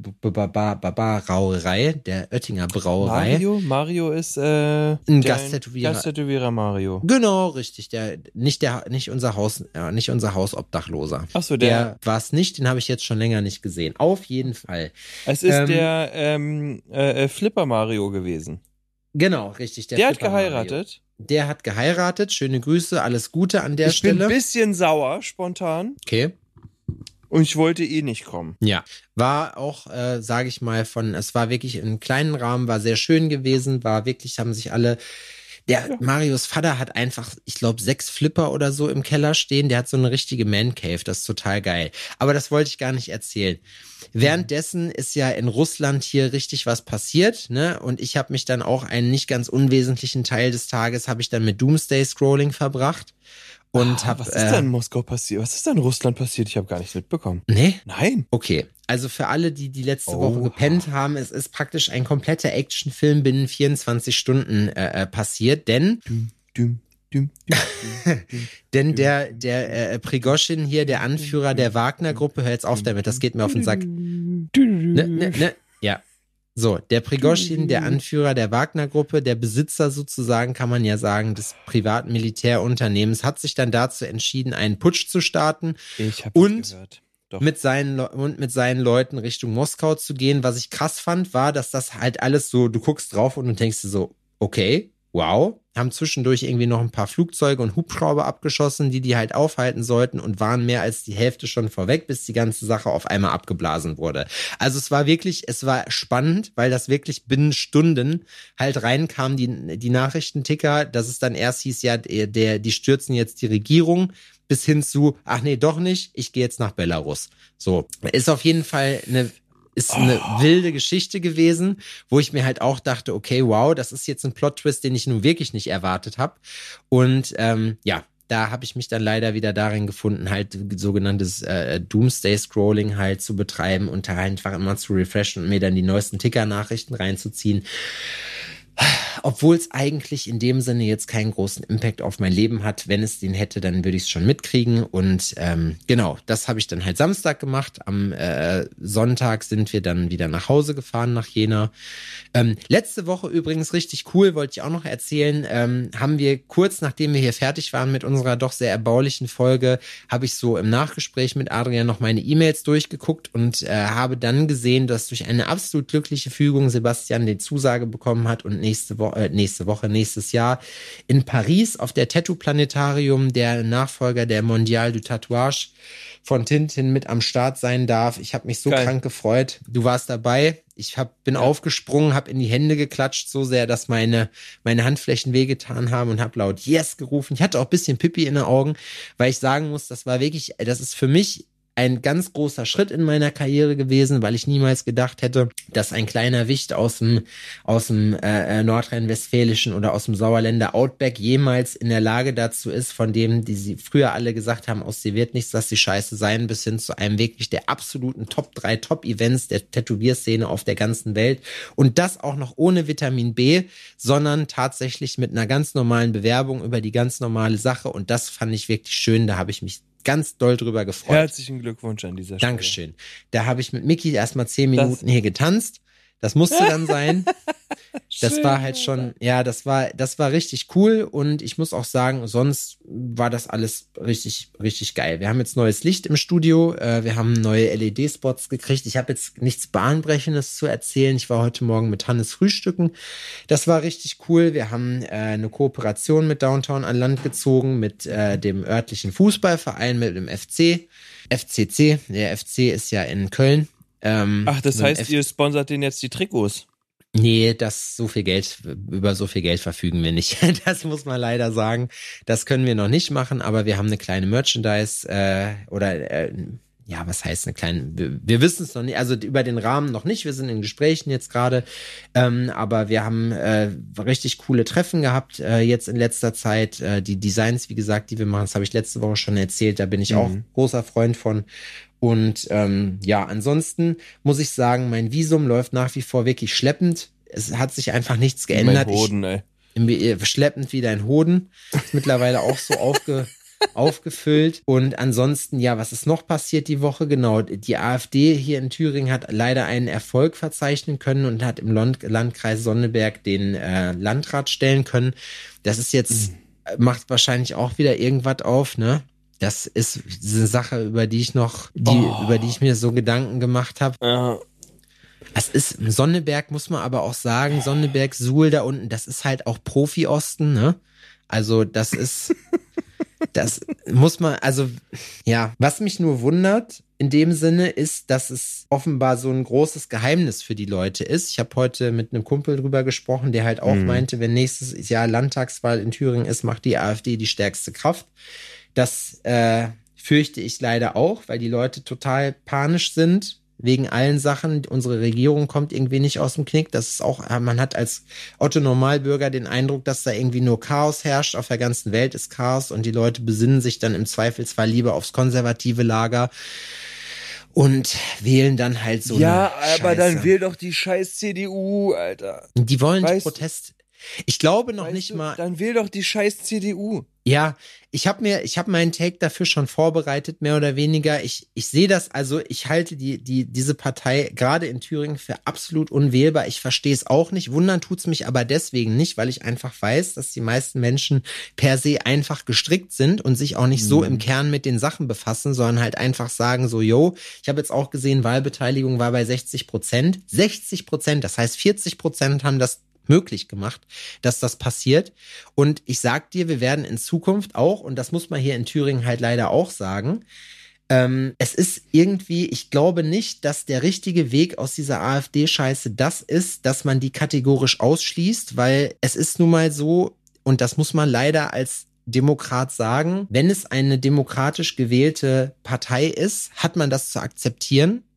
der Oettinger Brauerei. Mario? Mario ist äh, ein Gasttätowierer. Gasttätowierer Mario. Genau, richtig. Der, nicht der, nicht unser Haus, ja, nicht unser Hausobdachloser. Ach so, der, der war es nicht. Den habe ich jetzt schon länger nicht gesehen. Auf jeden Fall. Es ist ähm, der ähm, äh, Flipper Mario gewesen. Genau, richtig. Der, der hat geheiratet. Mario. Der hat geheiratet. Schöne Grüße, alles Gute an der ich Stelle. Ich bin ein bisschen sauer, spontan. Okay. Und ich wollte eh nicht kommen. Ja, war auch, äh, sage ich mal, von, es war wirklich im kleinen Rahmen, war sehr schön gewesen, war wirklich, haben sich alle, der ja. Marios Vater hat einfach, ich glaube, sechs Flipper oder so im Keller stehen, der hat so eine richtige Man-Cave, das ist total geil. Aber das wollte ich gar nicht erzählen. Währenddessen ist ja in Russland hier richtig was passiert, ne? Und ich habe mich dann auch einen nicht ganz unwesentlichen Teil des Tages, habe ich dann mit Doomsday-Scrolling verbracht. Und ah, hab, was ist denn in Moskau passiert? Was ist denn in Russland passiert? Ich habe gar nichts mitbekommen. Nee? Nein. Okay. Also für alle, die die letzte oh. Woche gepennt haben, es ist praktisch ein kompletter Actionfilm binnen vierundzwanzig Stunden äh, passiert, denn dum, dum, dum, dum, dum, dum, denn der der äh, Prigoschin hier, der Anführer der Wagner-Gruppe, hör jetzt auf damit, das geht mir auf den Sack. Ne, ne, ne, ja. So, der Prigoschin, der Anführer der Wagner-Gruppe, der Besitzer sozusagen, kann man ja sagen, des privaten Militärunternehmens, hat sich dann dazu entschieden, einen Putsch zu starten ich hab und gehört. Doch. mit seinen Le- und mit seinen Leuten Richtung Moskau zu gehen. Was ich krass fand, war, dass das halt alles so, du guckst drauf und du denkst dir so, okay, wow, haben zwischendurch irgendwie noch ein paar Flugzeuge und Hubschrauber abgeschossen, die die halt aufhalten sollten, und waren mehr als die Hälfte schon vorweg, bis die ganze Sache auf einmal abgeblasen wurde. Also es war wirklich, es war spannend, weil das wirklich binnen Stunden halt reinkam, die, die Nachrichtenticker, dass es dann erst hieß, ja, der, der, die stürzen jetzt die Regierung, bis hin zu, ach nee, doch nicht, ich gehe jetzt nach Belarus. So, ist auf jeden Fall eine ist eine oh. wilde Geschichte gewesen, wo ich mir halt auch dachte, okay, wow, das ist jetzt ein Plot-Twist, den ich nun wirklich nicht erwartet habe. Und ähm, ja, da habe ich mich dann leider wieder darin gefunden, halt sogenanntes äh, Doomsday-Scrolling halt zu betreiben und da einfach immer zu refreshen und mir dann die neuesten Ticker-Nachrichten reinzuziehen. Obwohl es eigentlich in dem Sinne jetzt keinen großen Impact auf mein Leben hat. Wenn es den hätte, dann würde ich es schon mitkriegen. Und ähm, genau, das habe ich dann halt Samstag gemacht. Am äh, Sonntag sind wir dann wieder nach Hause gefahren, nach Jena. Ähm, letzte Woche übrigens richtig cool, wollte ich auch noch erzählen, ähm, haben wir kurz nachdem wir hier fertig waren mit unserer doch sehr erbaulichen Folge, habe ich so im Nachgespräch mit Adrian noch meine E-Mails durchgeguckt und äh, habe dann gesehen, dass durch eine absolut glückliche Fügung Sebastian die Zusage bekommen hat und nächste Woche, äh, nächste Woche, nächstes Jahr in Paris auf der Tattoo-Planetarium der Nachfolger der Mondial du Tatouage von Tintin mit am Start sein darf. Ich habe mich so Geil. krank gefreut. Du warst dabei. Ich hab, bin ja. aufgesprungen, habe in die Hände geklatscht, so sehr, dass meine meine Handflächen wehgetan haben und habe laut Yes gerufen. Ich hatte auch ein bisschen Pipi in den Augen, weil ich sagen muss, das war wirklich, das ist für mich ein ganz großer Schritt in meiner Karriere gewesen, weil ich niemals gedacht hätte, dass ein kleiner Wicht aus dem aus dem äh, nordrhein-westfälischen oder aus dem Sauerländer Outback jemals in der Lage dazu ist, von dem, die sie früher alle gesagt haben, aus sie wird nichts, dass sie scheiße sein, bis hin zu einem wirklich der absoluten Top drei Top-Events der Tätowierszene auf der ganzen Welt. Und das auch noch ohne Vitamin B, sondern tatsächlich mit einer ganz normalen Bewerbung über die ganz normale Sache. Und das fand ich wirklich schön, da habe ich mich ganz doll drüber gefreut. Herzlichen Glückwunsch an dieser Stelle. Dankeschön. Da habe ich mit Micky erstmal zehn Minuten das hier getanzt. Das musste dann sein. Das Schön, war halt schon, ja, das war, das war richtig cool und ich muss auch sagen, sonst war das alles richtig, richtig geil. Wir haben jetzt neues Licht im Studio, äh, wir haben neue L E D-Spots gekriegt. Ich habe jetzt nichts Bahnbrechendes zu erzählen. Ich war heute Morgen mit Hannes frühstücken. Das war richtig cool. Wir haben äh, eine Kooperation mit Downtown an Land gezogen, mit äh, dem örtlichen Fußballverein, mit dem F C, F C C. Der F C ist ja in Köln. Ähm, Ach, das heißt, F- ihr sponsert denen jetzt die Trikots? Nee, das so viel Geld, über so viel Geld verfügen wir nicht. Das muss man leider sagen. Das können wir noch nicht machen, aber wir haben eine kleine Merchandise äh, oder äh, ja, was heißt eine kleine, wir, wir wissen es noch nicht, also über den Rahmen noch nicht, wir sind in Gesprächen jetzt gerade, ähm, aber wir haben äh, richtig coole Treffen gehabt äh, jetzt in letzter Zeit. Äh, die Designs, wie gesagt, die wir machen, das habe ich letzte Woche schon erzählt, da bin ich mhm. auch großer Freund von. Und ähm, ja, ansonsten muss ich sagen, mein Visum läuft nach wie vor wirklich schleppend. Es hat sich einfach nichts geändert. Mein Hoden, ey. Ich, schleppend wie dein Hoden. Ist mittlerweile auch so aufge, aufgefüllt. Und ansonsten, ja, was ist noch passiert die Woche? Genau, die AfD hier in Thüringen hat leider einen Erfolg verzeichnen können und hat im Land, Landkreis Sonneberg den äh, Landrat stellen können. Das ist jetzt, mhm. macht wahrscheinlich auch wieder irgendwas auf, ne? Das ist eine Sache, über die ich noch, die, oh. über die ich mir so Gedanken gemacht habe. Ja. Es ist, Sonneberg muss man aber auch sagen, Sonneberg, Suhl da unten, das ist halt auch Profi-Osten, ne? Also das ist, das muss man, also ja, was mich nur wundert in dem Sinne ist, dass es offenbar so ein großes Geheimnis für die Leute ist. Ich habe heute mit einem Kumpel drüber gesprochen, der halt auch mhm. meinte, wenn nächstes Jahr Landtagswahl in Thüringen ist, macht die AfD die stärkste Kraft. Das äh, fürchte ich leider auch, weil die Leute total panisch sind wegen allen Sachen. Unsere Regierung kommt irgendwie nicht aus dem Knick. Das ist auch, man hat als Otto Normalbürger den Eindruck, dass da irgendwie nur Chaos herrscht. Auf der ganzen Welt ist Chaos und die Leute besinnen sich dann im Zweifelsfall lieber aufs konservative Lager und wählen dann halt so ja, eine aber Scheiße. Dann wähl doch die scheiß C D U, Alter. Die wollen weißt, Protest. Ich glaube noch nicht du, mal. Dann wähl doch die scheiß C D U. Ja, ich habe mir, ich habe meinen Take dafür schon vorbereitet, mehr oder weniger. Ich, ich sehe das, also ich halte die, die, diese Partei gerade in Thüringen für absolut unwählbar. Ich verstehe es auch nicht. Wundern tut's mich aber deswegen nicht, weil ich einfach weiß, dass die meisten Menschen per se einfach gestrickt sind und sich auch nicht mhm. so im Kern mit den Sachen befassen, sondern halt einfach sagen so, yo, ich habe jetzt auch gesehen, Wahlbeteiligung war bei sechzig Prozent. sechzig Prozent, das heißt vierzig Prozent haben das möglich gemacht, dass das passiert. Und ich sag dir, wir werden in Zukunft auch, und das muss man hier in Thüringen halt leider auch sagen, ähm, es ist irgendwie, ich glaube nicht, dass der richtige Weg aus dieser AfD-Scheiße das ist, dass man die kategorisch ausschließt, weil es ist nun mal so, und das muss man leider als Demokrat sagen, wenn es eine demokratisch gewählte Partei ist, hat man das zu akzeptieren.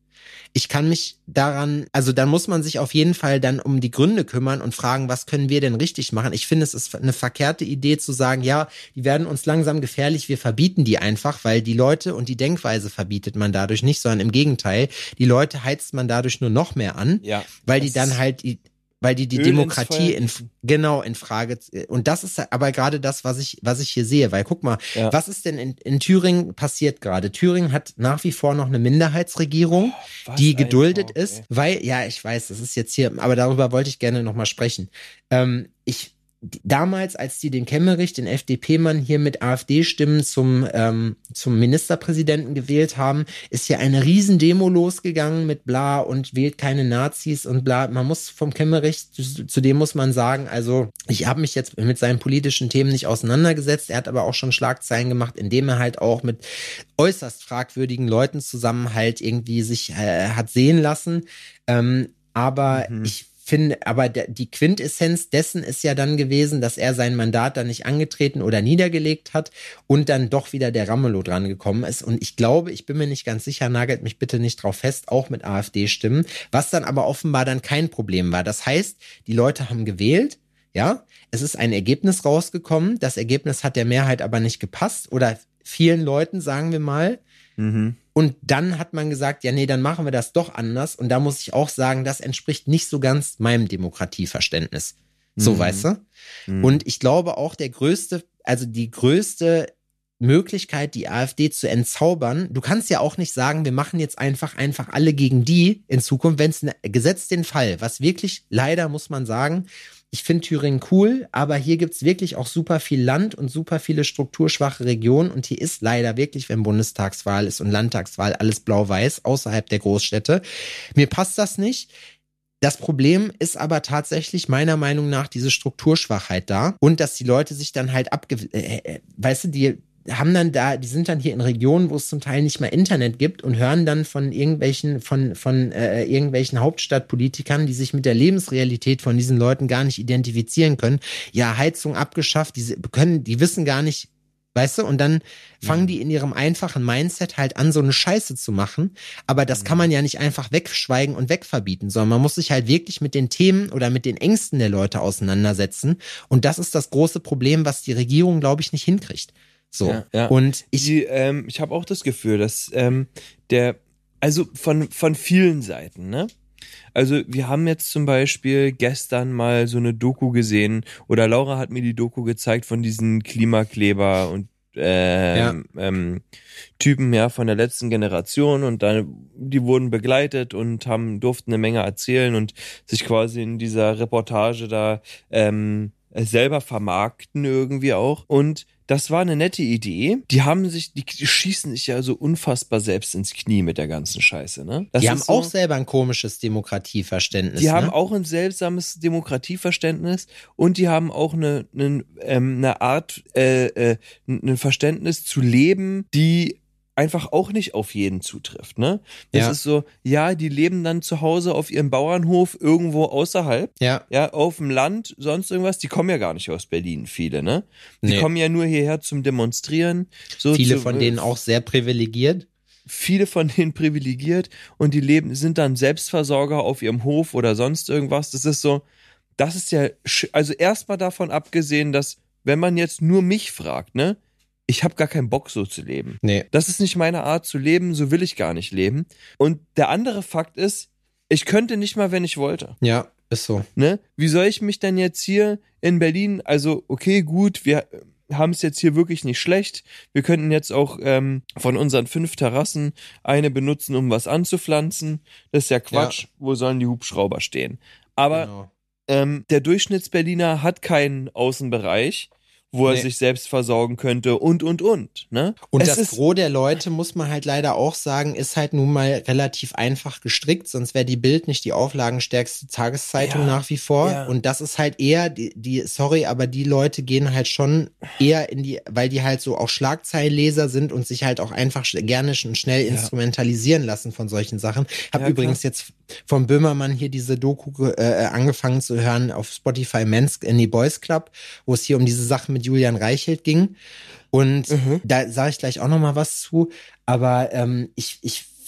ich kann mich daran, also dann muss man sich auf jeden Fall dann um die Gründe kümmern und fragen, was können wir denn richtig machen? Ich finde, es ist eine verkehrte Idee zu sagen, ja, die werden uns langsam gefährlich, wir verbieten die einfach, weil die Leute und die Denkweise verbietet man dadurch nicht, sondern im Gegenteil, die Leute heizt man dadurch nur noch mehr an, ja, weil die dann halt die weil die die Öl Demokratie in, genau in Frage, und das ist aber gerade das, was ich was ich hier sehe, weil guck mal, ja. was ist denn in, in Thüringen passiert gerade? Thüringen hat nach wie vor noch eine Minderheitsregierung, oh, die geduldet Talk, ist, ey. weil, ja, ich weiß, das ist jetzt hier, aber darüber wollte ich gerne nochmal sprechen. Ähm, ich Damals, als die den Kemmerich, den F D P-Mann hier mit AfD-Stimmen zum ähm, zum Ministerpräsidenten gewählt haben, ist hier eine Riesendemo losgegangen mit bla und wählt keine Nazis und bla. Man muss vom Kemmerich, zu, zu dem muss man sagen, also ich habe mich jetzt mit seinen politischen Themen nicht auseinandergesetzt. Er hat aber auch schon Schlagzeilen gemacht, indem er halt auch mit äußerst fragwürdigen Leuten zusammen halt irgendwie sich äh, hat sehen lassen. Ähm, aber mhm. ich finde, aber der, die Quintessenz dessen ist ja dann gewesen, dass er sein Mandat dann nicht angetreten oder niedergelegt hat und dann doch wieder der Ramelow dran gekommen ist. Und ich glaube, ich bin mir nicht ganz sicher, nagelt mich bitte nicht drauf fest, auch mit AfD-Stimmen, was dann aber offenbar dann kein Problem war. Das heißt, die Leute haben gewählt, ja, es ist ein Ergebnis rausgekommen, das Ergebnis hat der Mehrheit aber nicht gepasst oder vielen Leuten, sagen wir mal. Mhm. Und dann hat man gesagt, ja, nee, dann machen wir das doch anders. Und da muss ich auch sagen, das entspricht nicht so ganz meinem Demokratieverständnis. So, mhm. weißt du? Mhm. Und ich glaube auch, der größte, also die größte Möglichkeit, die AfD zu entzaubern, du kannst ja auch nicht sagen, wir machen jetzt einfach, einfach alle gegen die in Zukunft, wenn es ne, gesetzt den Fall, was wirklich, leider muss man sagen, ich finde Thüringen cool, aber hier gibt's wirklich auch super viel Land und super viele strukturschwache Regionen und hier ist leider wirklich, wenn Bundestagswahl ist und Landtagswahl, alles blau-weiß außerhalb der Großstädte. Mir passt das nicht. Das Problem ist aber tatsächlich meiner Meinung nach diese Strukturschwachheit da und dass die Leute sich dann halt abge... Äh, weißt du, die haben dann da, die sind dann hier in Regionen, wo es zum Teil nicht mal Internet gibt und hören dann von irgendwelchen, von, von äh, irgendwelchen Hauptstadtpolitikern, die sich mit der Lebensrealität von diesen Leuten gar nicht identifizieren können. Ja, Heizung abgeschafft, die können, die wissen gar nicht, weißt du, und dann fangen die in ihrem einfachen Mindset halt an, so eine Scheiße zu machen. Aber das kann man ja nicht einfach wegschweigen und wegverbieten, sondern man muss sich halt wirklich mit den Themen oder mit den Ängsten der Leute auseinandersetzen. Und das ist das große Problem, was die Regierung, glaube ich, nicht hinkriegt. So, ja, ja. und ich, die, ähm, ich habe auch das Gefühl, dass ähm, der, also von, von vielen Seiten, ne? Also wir haben jetzt zum Beispiel gestern mal so eine Doku gesehen, oder Laura hat mir die Doku gezeigt von diesen Klimakleber und ähm, ja. ähm, Typen ja von der letzten Generation, und dann die wurden begleitet und haben durften eine Menge erzählen und sich quasi in dieser Reportage da ähm, selber vermarkten irgendwie auch. Und das war eine nette Idee. Die haben sich, die, die schießen sich ja so unfassbar selbst ins Knie mit der ganzen Scheiße, ne? Das die haben so, auch selber ein komisches Demokratieverständnis. Die ne? haben auch ein seltsames Demokratieverständnis und die haben auch eine, eine, ähm, eine Art, äh, äh, ein Verständnis zu leben, die einfach auch nicht auf jeden zutrifft, ne? Das ja. ist so, ja, die leben dann zu Hause auf ihrem Bauernhof irgendwo außerhalb, ja, ja, auf dem Land, sonst irgendwas, die kommen ja gar nicht aus Berlin, viele, ne? Die nee. kommen ja nur hierher zum Demonstrieren. So viele zu, von denen auch sehr privilegiert. Viele von denen privilegiert und die leben, sind dann Selbstversorger auf ihrem Hof oder sonst irgendwas. Das ist so, das ist ja, also erstmal davon abgesehen, dass, wenn man jetzt nur mich fragt, ne? Ich habe gar keinen Bock, so zu leben. Nee. Das ist nicht meine Art zu leben, so will ich gar nicht leben. Und der andere Fakt ist, ich könnte nicht mal, wenn ich wollte. Ja, ist so. Ne? Wie soll ich mich denn jetzt hier in Berlin, also okay, gut, wir haben es jetzt hier wirklich nicht schlecht. Wir könnten jetzt auch ähm, von unseren fünf Terrassen eine benutzen, um was anzupflanzen. Das ist ja Quatsch. Ja. Wo sollen die Hubschrauber stehen? Aber genau. ähm, der Durchschnittsberliner hat keinen Außenbereich, wo er nee. sich selbst versorgen könnte und, und, und. Ne? Und es das Gros der Leute, muss man halt leider auch sagen, ist halt nun mal relativ einfach gestrickt, sonst wäre die Bild nicht die auflagenstärkste Tageszeitung ja. nach wie vor. Ja. Und das ist halt eher, die, die, sorry, aber die Leute gehen halt schon eher in die, weil die halt so auch Schlagzeilenleser sind und sich halt auch einfach gerne und schnell ja. instrumentalisieren lassen von solchen Sachen. Hab ja, übrigens klar. jetzt vom Böhmermann hier diese Doku äh, angefangen zu hören auf Spotify, Men's in die Boys Club, wo es hier um diese Sachen mit Julian Reichelt ging. Und mhm. da sage ich gleich auch noch mal was zu. Aber ähm, ich, ich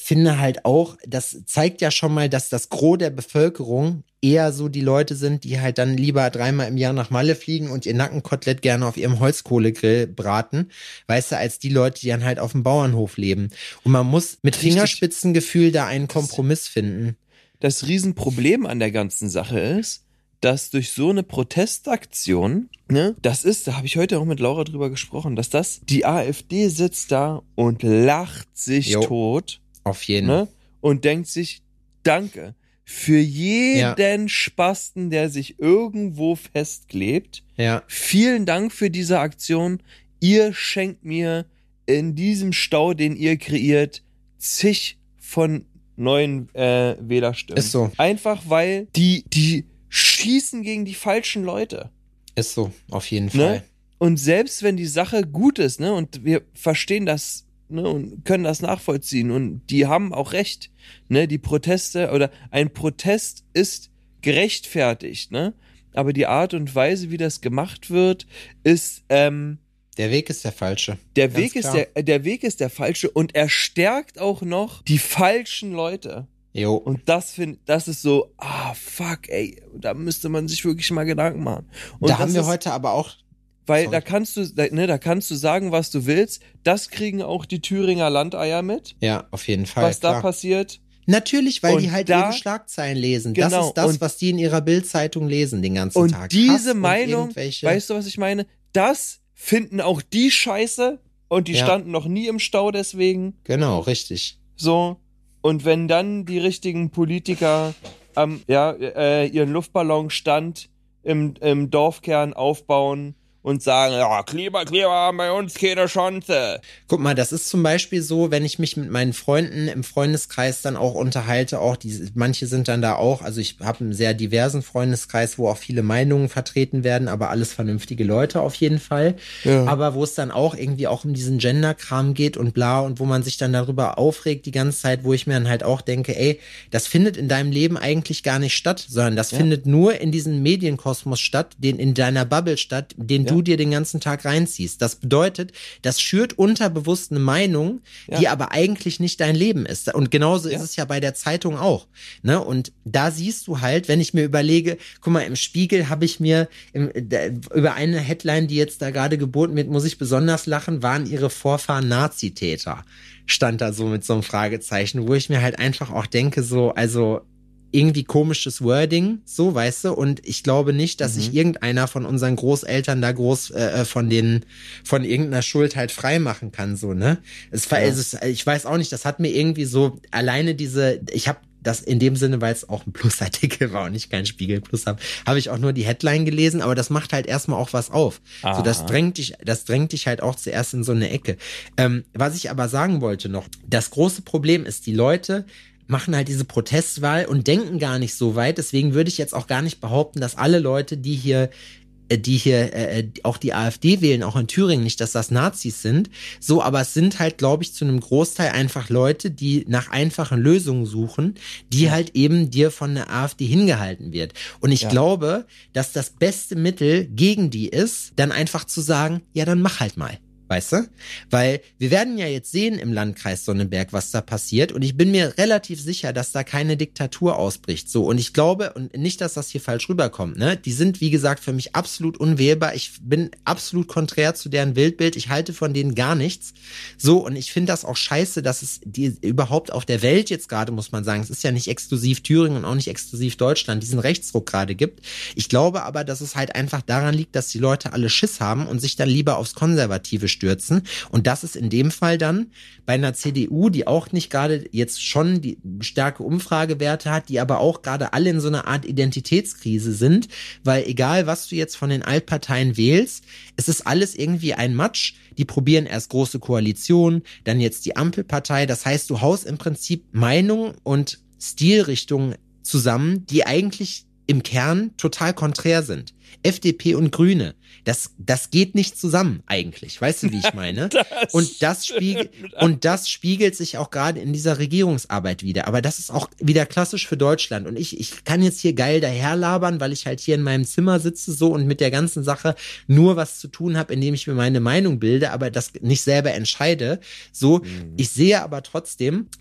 finde halt auch, das zeigt ja schon mal, dass das Gros der Bevölkerung eher so die Leute sind, die halt dann lieber dreimal im Jahr nach Malle fliegen und ihr Nackenkotelett gerne auf ihrem Holzkohlegrill braten, weißt du, als die Leute, die dann halt auf dem Bauernhof leben. Und man muss mit Richtig. Fingerspitzengefühl da einen Kompromiss finden. Das Riesenproblem an der ganzen Sache ist, dass durch so eine Protestaktion, ne, das ist, da habe ich heute auch mit Laura drüber gesprochen, dass das, die AfD sitzt da und lacht sich Jo, tot. Auf jeden. Ne, und denkt sich, danke für jeden Ja. Spasten, der sich irgendwo festklebt. Ja. Vielen Dank für diese Aktion. Ihr schenkt mir in diesem Stau, den ihr kreiert, zig von neuen äh, Wählerstimmen. Ist so. Einfach weil die, die schießen gegen die falschen Leute. Ist so, auf jeden Fall. Ne? Und selbst wenn die Sache gut ist, ne, und wir verstehen das, ne, und können das nachvollziehen und die haben auch recht, ne, die Proteste oder ein Protest ist gerechtfertigt, ne, aber die Art und Weise, wie das gemacht wird, ist, ähm, Der Weg ist der falsche. der Ganz Weg ist klar. der, der Weg ist der falsche und er stärkt auch noch die falschen Leute. Jo. Und das finde, das ist so, ah, fuck, ey, da müsste man sich wirklich mal Gedanken machen. Und Da das haben wir ist, heute aber auch, weil sorry. da kannst du, da, ne, da kannst du sagen, was du willst. Das kriegen auch die Thüringer Landeier mit, ja, auf jeden Fall, was da klar. passiert. Natürlich, weil Und die halt da- ihre Schlagzeilen lesen. Genau, Das ist das, und- was die in ihrer Bildzeitung lesen den ganzen Und Tag. Hass diese und Meinung, irgendwelche- weißt du, was ich meine? Das finden auch die scheiße und die Ja. standen noch nie im Stau deswegen. Genau, richtig. So. Und wenn dann die richtigen Politiker am, ja, äh, ihren Luftballonstand im, im Dorfkern aufbauen und sagen, ja, Klima, Klima haben bei uns keine Chance. Guck mal, das ist zum Beispiel so, wenn ich mich mit meinen Freunden im Freundeskreis dann auch unterhalte, auch die, manche sind dann da auch, also ich habe einen sehr diversen Freundeskreis, wo auch viele Meinungen vertreten werden, aber alles vernünftige Leute auf jeden Fall. Ja. Aber wo es dann auch irgendwie auch um diesen Gender-Kram geht und bla und wo man sich dann darüber aufregt die ganze Zeit, wo ich mir dann halt auch denke, ey, das findet in deinem Leben eigentlich gar nicht statt, sondern das Ja. findet nur in diesem Medienkosmos statt, den in deiner Bubble statt, den Ja. du dir den ganzen Tag reinziehst. Das bedeutet, das schürt unterbewusst eine Meinung, Ja. die aber eigentlich nicht dein Leben ist. Und genauso Ja. ist es ja bei der Zeitung auch. Ne? Und da siehst du halt, wenn ich mir überlege, guck mal, im Spiegel habe ich mir im, da, über eine Headline, die jetzt da gerade geboten wird, muss ich besonders lachen, waren ihre Vorfahren Nazitäter. Stand da so mit so einem Fragezeichen, wo ich mir halt einfach auch denke, so, also irgendwie komisches Wording, so, weißt du, und ich glaube nicht, dass Mhm. sich irgendeiner von unseren Großeltern da groß äh, von den, von irgendeiner Schuld halt frei machen kann, so, ne? Es, Ja. es ist, ich weiß auch nicht, das hat mir irgendwie so, alleine diese, ich habe das in dem Sinne, weil es auch ein Plus-Artikel war und ich keinen Spiegel Plus habe, habe ich auch nur die Headline gelesen, aber das macht halt erstmal auch was auf. Aha. So, das drängt dich, das drängt dich halt auch zuerst in so eine Ecke. Ähm, was ich aber sagen wollte noch, das große Problem ist, die Leute machen halt diese Protestwahl und denken gar nicht so weit. Deswegen würde ich jetzt auch gar nicht behaupten, dass alle Leute, die hier äh, die hier äh, auch die AfD wählen, auch in Thüringen, nicht, dass das Nazis sind. So, aber es sind halt, glaube ich, zu einem Großteil einfach Leute, die nach einfachen Lösungen suchen, die halt eben dir von der AfD hingehalten wird. Und ich Ja. glaube, dass das beste Mittel gegen die ist, dann einfach zu sagen, ja, dann mach halt mal. Weißt du? Weil wir werden ja jetzt sehen im Landkreis Sonnenberg, was da passiert. Und ich bin mir relativ sicher, dass da keine Diktatur ausbricht. So, und ich glaube, und nicht, dass das hier falsch rüberkommt, ne? Die sind, wie gesagt, für mich absolut unwählbar. Ich bin absolut konträr zu deren Weltbild. Ich halte von denen gar nichts. So, und ich finde das auch scheiße, dass es die überhaupt auf der Welt jetzt gerade, muss man sagen, es ist ja nicht exklusiv Thüringen und auch nicht exklusiv Deutschland, diesen Rechtsruck gerade gibt. Ich glaube aber, dass es halt einfach daran liegt, dass die Leute alle Schiss haben und sich dann lieber aufs Konservative stürzen. Und das ist in dem Fall dann bei einer C D U, die auch nicht gerade jetzt schon die starke Umfragewerte hat, die aber auch gerade alle in so einer Art Identitätskrise sind, weil egal, was du jetzt von den Altparteien wählst, es ist alles irgendwie ein Matsch. Die probieren erst große Koalitionen, dann jetzt die Ampelpartei. Das heißt, du haust im Prinzip Meinungen und Stilrichtungen zusammen, die eigentlich im Kern total konträr sind. F D P und Grüne, das, das geht nicht zusammen eigentlich. Weißt du, wie ich meine? Das und, das spiegelt, und das spiegelt sich auch gerade in dieser Regierungsarbeit wieder. Aber das ist auch wieder klassisch für Deutschland. Und ich, ich kann jetzt hier geil daherlabern, weil ich halt hier in meinem Zimmer sitze so und mit der ganzen Sache nur was zu tun habe, indem ich mir meine Meinung bilde, aber das nicht selber entscheide. So, Mhm. ich sehe aber trotzdem,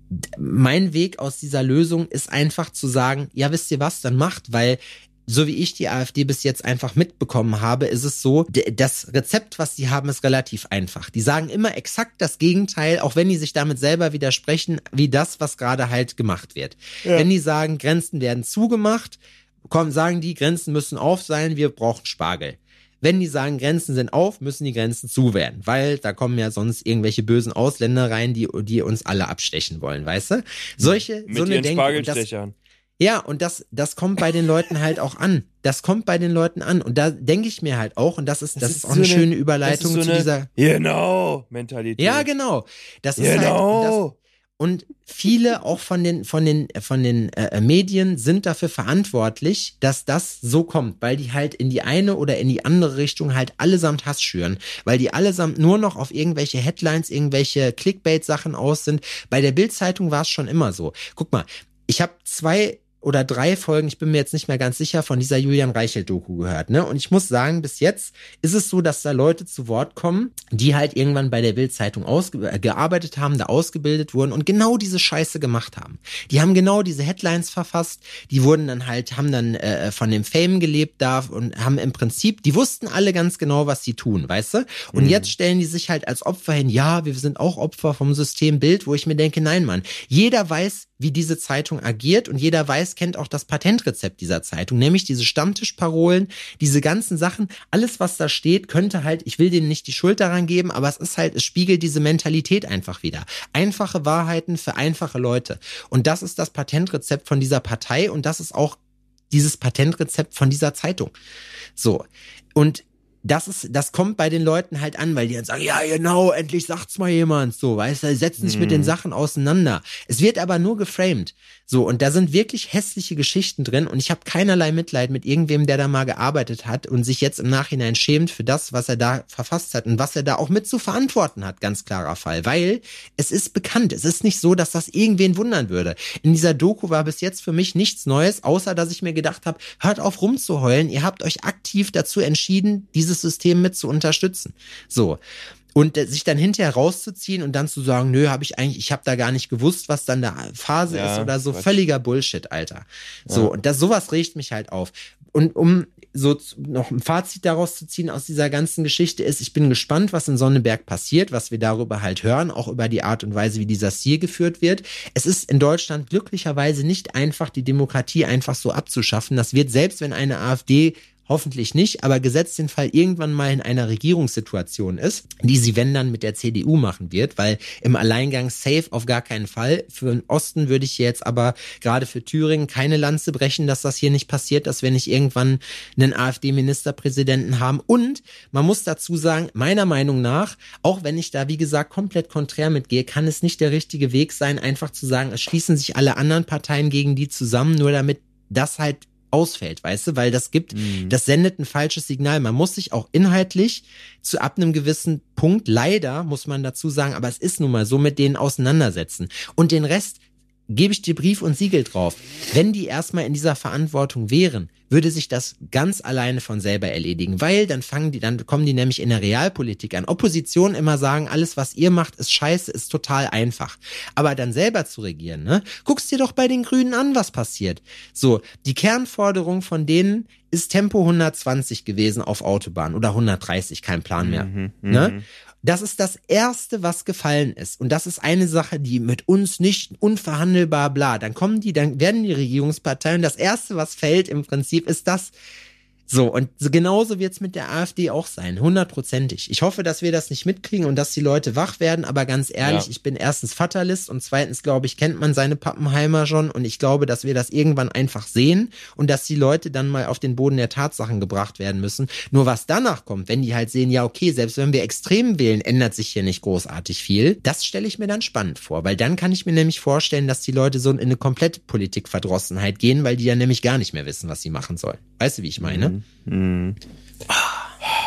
mein Weg aus dieser Lösung ist einfach zu sagen, ja, wisst ihr was, dann macht, weil so wie ich die AfD bis jetzt einfach mitbekommen habe, ist es so, das Rezept, was die haben, ist relativ einfach. Die sagen immer exakt das Gegenteil, auch wenn die sich damit selber widersprechen, wie das, was gerade halt gemacht wird. Ja. Wenn die sagen, Grenzen werden zugemacht, kommen, sagen die, Grenzen müssen auf sein, wir brauchen Spargel. Wenn die sagen, Grenzen sind auf, müssen die Grenzen zu werden, weil da kommen ja sonst irgendwelche bösen Ausländer rein, die, die uns alle abstechen wollen, weißt du? Solche, Mit so eine ihren Denke. Spargelstechern. Ja, und das, das kommt bei den Leuten halt auch an. Das kommt bei den Leuten an. Und da denke ich mir halt auch, und das ist, das, das ist auch so eine schöne Überleitung so zu eine dieser. Genau, Mentalität. Ja, genau. Das ist genau. halt. Und, das, und viele auch von den, von den, von den äh, Medien sind dafür verantwortlich, dass das so kommt, weil die halt in die eine oder in die andere Richtung halt allesamt Hass schüren, weil die allesamt nur noch auf irgendwelche Headlines, irgendwelche Clickbait-Sachen aus sind. Bei der Bild-Zeitung war es schon immer so. Guck mal, ich habe zwei oder drei Folgen, ich bin mir jetzt nicht mehr ganz sicher, von dieser Julian Reichelt-Doku gehört, ne? Und ich muss sagen, bis jetzt ist es so, dass da Leute zu Wort kommen, die halt irgendwann bei der Bild-Zeitung ausge- äh, gearbeitet haben, da ausgebildet wurden und genau diese Scheiße gemacht haben. Die haben genau diese Headlines verfasst, die wurden dann halt, haben dann äh, von dem Fame gelebt da und haben im Prinzip, die wussten alle ganz genau, was sie tun, weißt du? Und mhm. jetzt stellen die sich halt als Opfer hin, ja, wir sind auch Opfer vom System Bild, wo ich mir denke, nein, Mann, jeder weiß, wie diese Zeitung agiert und jeder weiß, kennt auch das Patentrezept dieser Zeitung, nämlich diese Stammtischparolen, diese ganzen Sachen, alles was da steht, könnte halt, ich will denen nicht die Schuld daran geben, aber es ist halt, es spiegelt diese Mentalität einfach wieder. Einfache Wahrheiten für einfache Leute. Und das ist das Patentrezept von dieser Partei und das ist auch dieses Patentrezept von dieser Zeitung. So. Und das ist, das kommt bei den Leuten halt an, weil die dann sagen, ja genau, endlich sagt's mal jemand, so, weißt du, setzen sich mhm. mit den Sachen auseinander. Es wird aber nur geframed. So, und da sind wirklich hässliche Geschichten drin und ich habe keinerlei Mitleid mit irgendwem, der da mal gearbeitet hat und sich jetzt im Nachhinein schämt für das, was er da verfasst hat und was er da auch mit zu verantworten hat, ganz klarer Fall, weil es ist bekannt. Es ist nicht so, dass das irgendwen wundern würde. In dieser Doku war bis jetzt für mich nichts Neues, außer dass ich mir gedacht habe, hört auf rumzuheulen, ihr habt euch aktiv dazu entschieden, dieses System mit zu unterstützen. So. Und sich dann hinterher rauszuziehen und dann zu sagen, nö, habe ich eigentlich, ich habe da gar nicht gewusst, was dann da Phase ja, ist oder so, Quatsch. Völliger Bullshit, Alter. So, ja. Und das, sowas regt mich halt auf. Und um so noch ein Fazit daraus zu ziehen aus dieser ganzen Geschichte ist, ich bin gespannt, was in Sonneberg passiert, was wir darüber halt hören, auch über die Art und Weise, wie dieser Stil geführt wird. Es ist in Deutschland glücklicherweise nicht einfach, die Demokratie einfach so abzuschaffen. Das wird, selbst wenn eine AfD hoffentlich nicht, aber gesetzt den Fall irgendwann mal in einer Regierungssituation ist, die sie, wenn dann, mit der C D U machen wird, weil im Alleingang safe auf gar keinen Fall. Für den Osten würde ich hier jetzt aber gerade für Thüringen keine Lanze brechen, dass das hier nicht passiert, dass wir nicht irgendwann einen AfD-Ministerpräsidenten haben. Und man muss dazu sagen, meiner Meinung nach, auch wenn ich da, wie gesagt, komplett konträr mitgehe, kann es nicht der richtige Weg sein, einfach zu sagen, es schließen sich alle anderen Parteien gegen die zusammen, nur damit das halt ausfällt, weißt du, weil das gibt, mhm. das sendet ein falsches Signal. Man muss sich auch inhaltlich zu ab einem gewissen Punkt, leider, muss man dazu sagen, aber es ist nun mal so, mit denen auseinandersetzen. Und den Rest gebe ich dir Brief und Siegel drauf. Wenn die erstmal in dieser Verantwortung wären, würde sich das ganz alleine von selber erledigen, weil dann fangen die, dann kommen die nämlich in der Realpolitik an. Opposition immer sagen, alles was ihr macht ist scheiße, ist total einfach. Aber dann selber zu regieren, ne? Guckst dir doch bei den Grünen an, was passiert. So, die Kernforderung von denen ist Tempo hundertzwanzig gewesen auf Autobahn oder hundertdreißig, kein Plan mehr, mhm, ne? Das ist das Erste, was gefallen ist. Und das ist eine Sache, die mit uns nicht unverhandelbar, bla. Dann kommen die, dann werden die Regierungsparteien, das Erste, was fällt im Prinzip, ist das. So, und genauso wird's mit der AfD auch sein, hundertprozentig. Ich hoffe, dass wir das nicht mitkriegen und dass die Leute wach werden, aber ganz ehrlich, ja. Ich bin erstens Fatalist und zweitens, glaube ich, kennt man seine Pappenheimer schon und ich glaube, dass wir das irgendwann einfach sehen und dass die Leute dann mal auf den Boden der Tatsachen gebracht werden müssen. Nur was danach kommt, wenn die halt sehen, ja okay, selbst wenn wir extrem wählen, ändert sich hier nicht großartig viel, das stelle ich mir dann spannend vor, weil dann kann ich mir nämlich vorstellen, dass die Leute so in eine komplette Politikverdrossenheit gehen, weil die ja nämlich gar nicht mehr wissen, was sie machen sollen. Weißt du, wie ich meine? Mhm.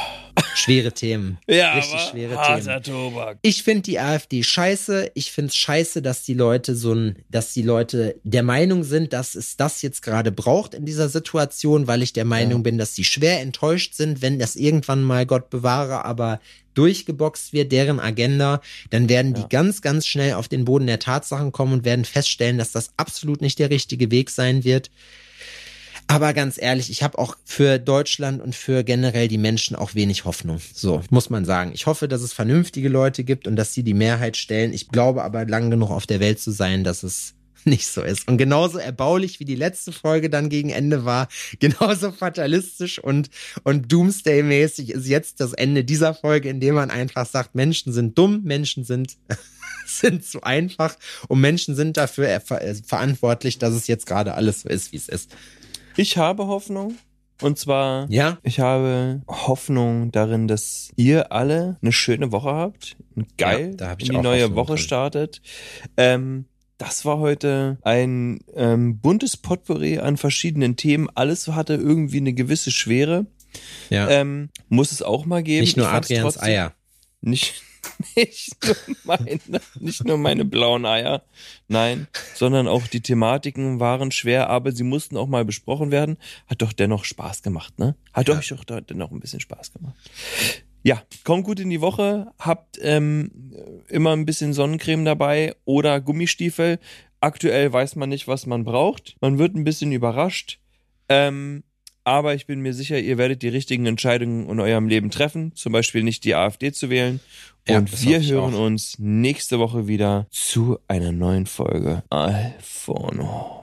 Schwere Themen. Ja, richtig aber schwere harter Themen. Tobak. Ich finde die AfD scheiße. Ich finde es scheiße, dass die Leute so ein, dass die Leute der Meinung sind, dass es das jetzt gerade braucht in dieser Situation, weil ich der Meinung ja. bin, dass sie schwer enttäuscht sind, wenn das irgendwann mal, Gott bewahre, aber durchgeboxt wird, deren Agenda, dann werden die ja. ganz, ganz schnell auf den Boden der Tatsachen kommen und werden feststellen, dass das absolut nicht der richtige Weg sein wird. Aber ganz ehrlich, ich habe auch für Deutschland und für generell die Menschen auch wenig Hoffnung. So, muss man sagen. Ich hoffe, dass es vernünftige Leute gibt und dass sie die Mehrheit stellen. Ich glaube aber, lang genug auf der Welt zu sein, dass es nicht so ist. Und genauso erbaulich, wie die letzte Folge dann gegen Ende war, genauso fatalistisch und, und Doomsday-mäßig ist jetzt das Ende dieser Folge, indem man einfach sagt, Menschen sind dumm, Menschen sind... sind zu einfach und Menschen sind dafür ver- verantwortlich, dass es jetzt gerade alles so ist, wie es ist. Ich habe Hoffnung. Und zwar, ja? ich habe Hoffnung darin, dass ihr alle eine schöne Woche habt. Geil, ja, in die neue Hoffnung Woche drin. startet. Ähm, das war heute ein ähm, buntes Potpourri an verschiedenen Themen. Alles hatte irgendwie eine gewisse Schwere. Ja. Ähm, muss es auch mal geben. Nicht nur Adrians trotzdem, Eier. Nicht... Nicht nur, meine, nicht nur meine blauen Eier, nein, sondern auch die Thematiken waren schwer, aber sie mussten auch mal besprochen werden. Hat doch dennoch Spaß gemacht, ne? Hat ja. euch doch dennoch ein bisschen Spaß gemacht. Ja, kommt gut in die Woche, habt ähm, immer ein bisschen Sonnencreme dabei oder Gummistiefel. Aktuell weiß man nicht, was man braucht. Man wird ein bisschen überrascht. Ähm, aber ich bin mir sicher, ihr werdet die richtigen Entscheidungen in eurem Leben treffen. Zum Beispiel nicht die AfD zu wählen. Und ja, wir hören auch. uns nächste Woche wieder zu einer neuen Folge Alforno.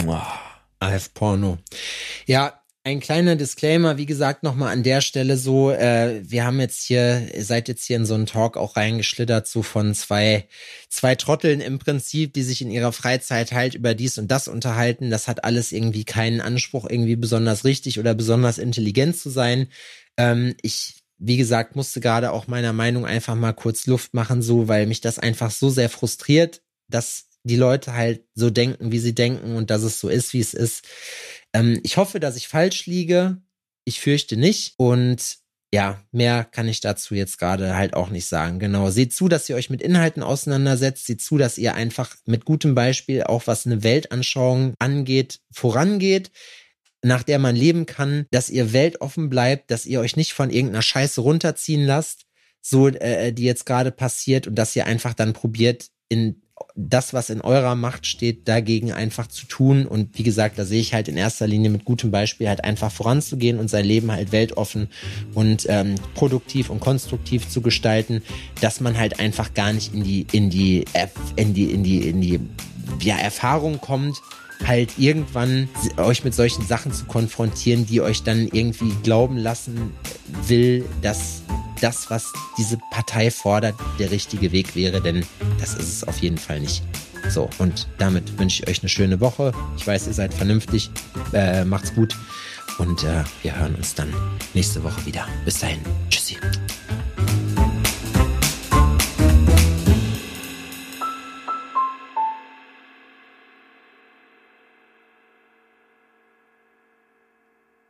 Alf Porno. Ja, ein kleiner Disclaimer, wie gesagt, nochmal an der Stelle so, äh, wir haben jetzt hier, ihr seid jetzt hier in so einen Talk auch reingeschlittert, so von zwei, zwei Trotteln im Prinzip, die sich in ihrer Freizeit halt über dies und das unterhalten. Das hat alles irgendwie keinen Anspruch, irgendwie besonders richtig oder besonders intelligent zu sein. Ähm, ich Wie gesagt, musste gerade auch meiner Meinung einfach mal kurz Luft machen, so, weil mich das einfach so sehr frustriert, dass die Leute halt so denken, wie sie denken und dass es so ist, wie es ist. Ähm, ich hoffe, dass ich falsch liege. Ich fürchte nicht. Und ja, mehr kann ich dazu jetzt gerade halt auch nicht sagen. Genau, seht zu, dass ihr euch mit Inhalten auseinandersetzt. Seht zu, dass ihr einfach mit gutem Beispiel, auch was eine Weltanschauung angeht, vorangeht, nach der man leben kann, dass ihr weltoffen bleibt, dass ihr euch nicht von irgendeiner Scheiße runterziehen lasst, so äh, die jetzt gerade passiert und dass ihr einfach dann probiert, in das, was in eurer Macht steht, dagegen einfach zu tun. Und wie gesagt, da sehe ich halt in erster Linie mit gutem Beispiel halt einfach voranzugehen und sein Leben halt weltoffen und ähm, produktiv und konstruktiv zu gestalten, dass man halt einfach gar nicht in die in die in die in die in die ja, Erfahrung kommt, halt irgendwann euch mit solchen Sachen zu konfrontieren, die euch dann irgendwie glauben lassen will, dass das, was diese Partei fordert, der richtige Weg wäre, denn das ist es auf jeden Fall nicht. So, und damit wünsche ich euch eine schöne Woche. Ich weiß, ihr seid vernünftig. Äh, macht's gut. Und äh, wir hören uns dann nächste Woche wieder. Bis dahin. Tschüssi.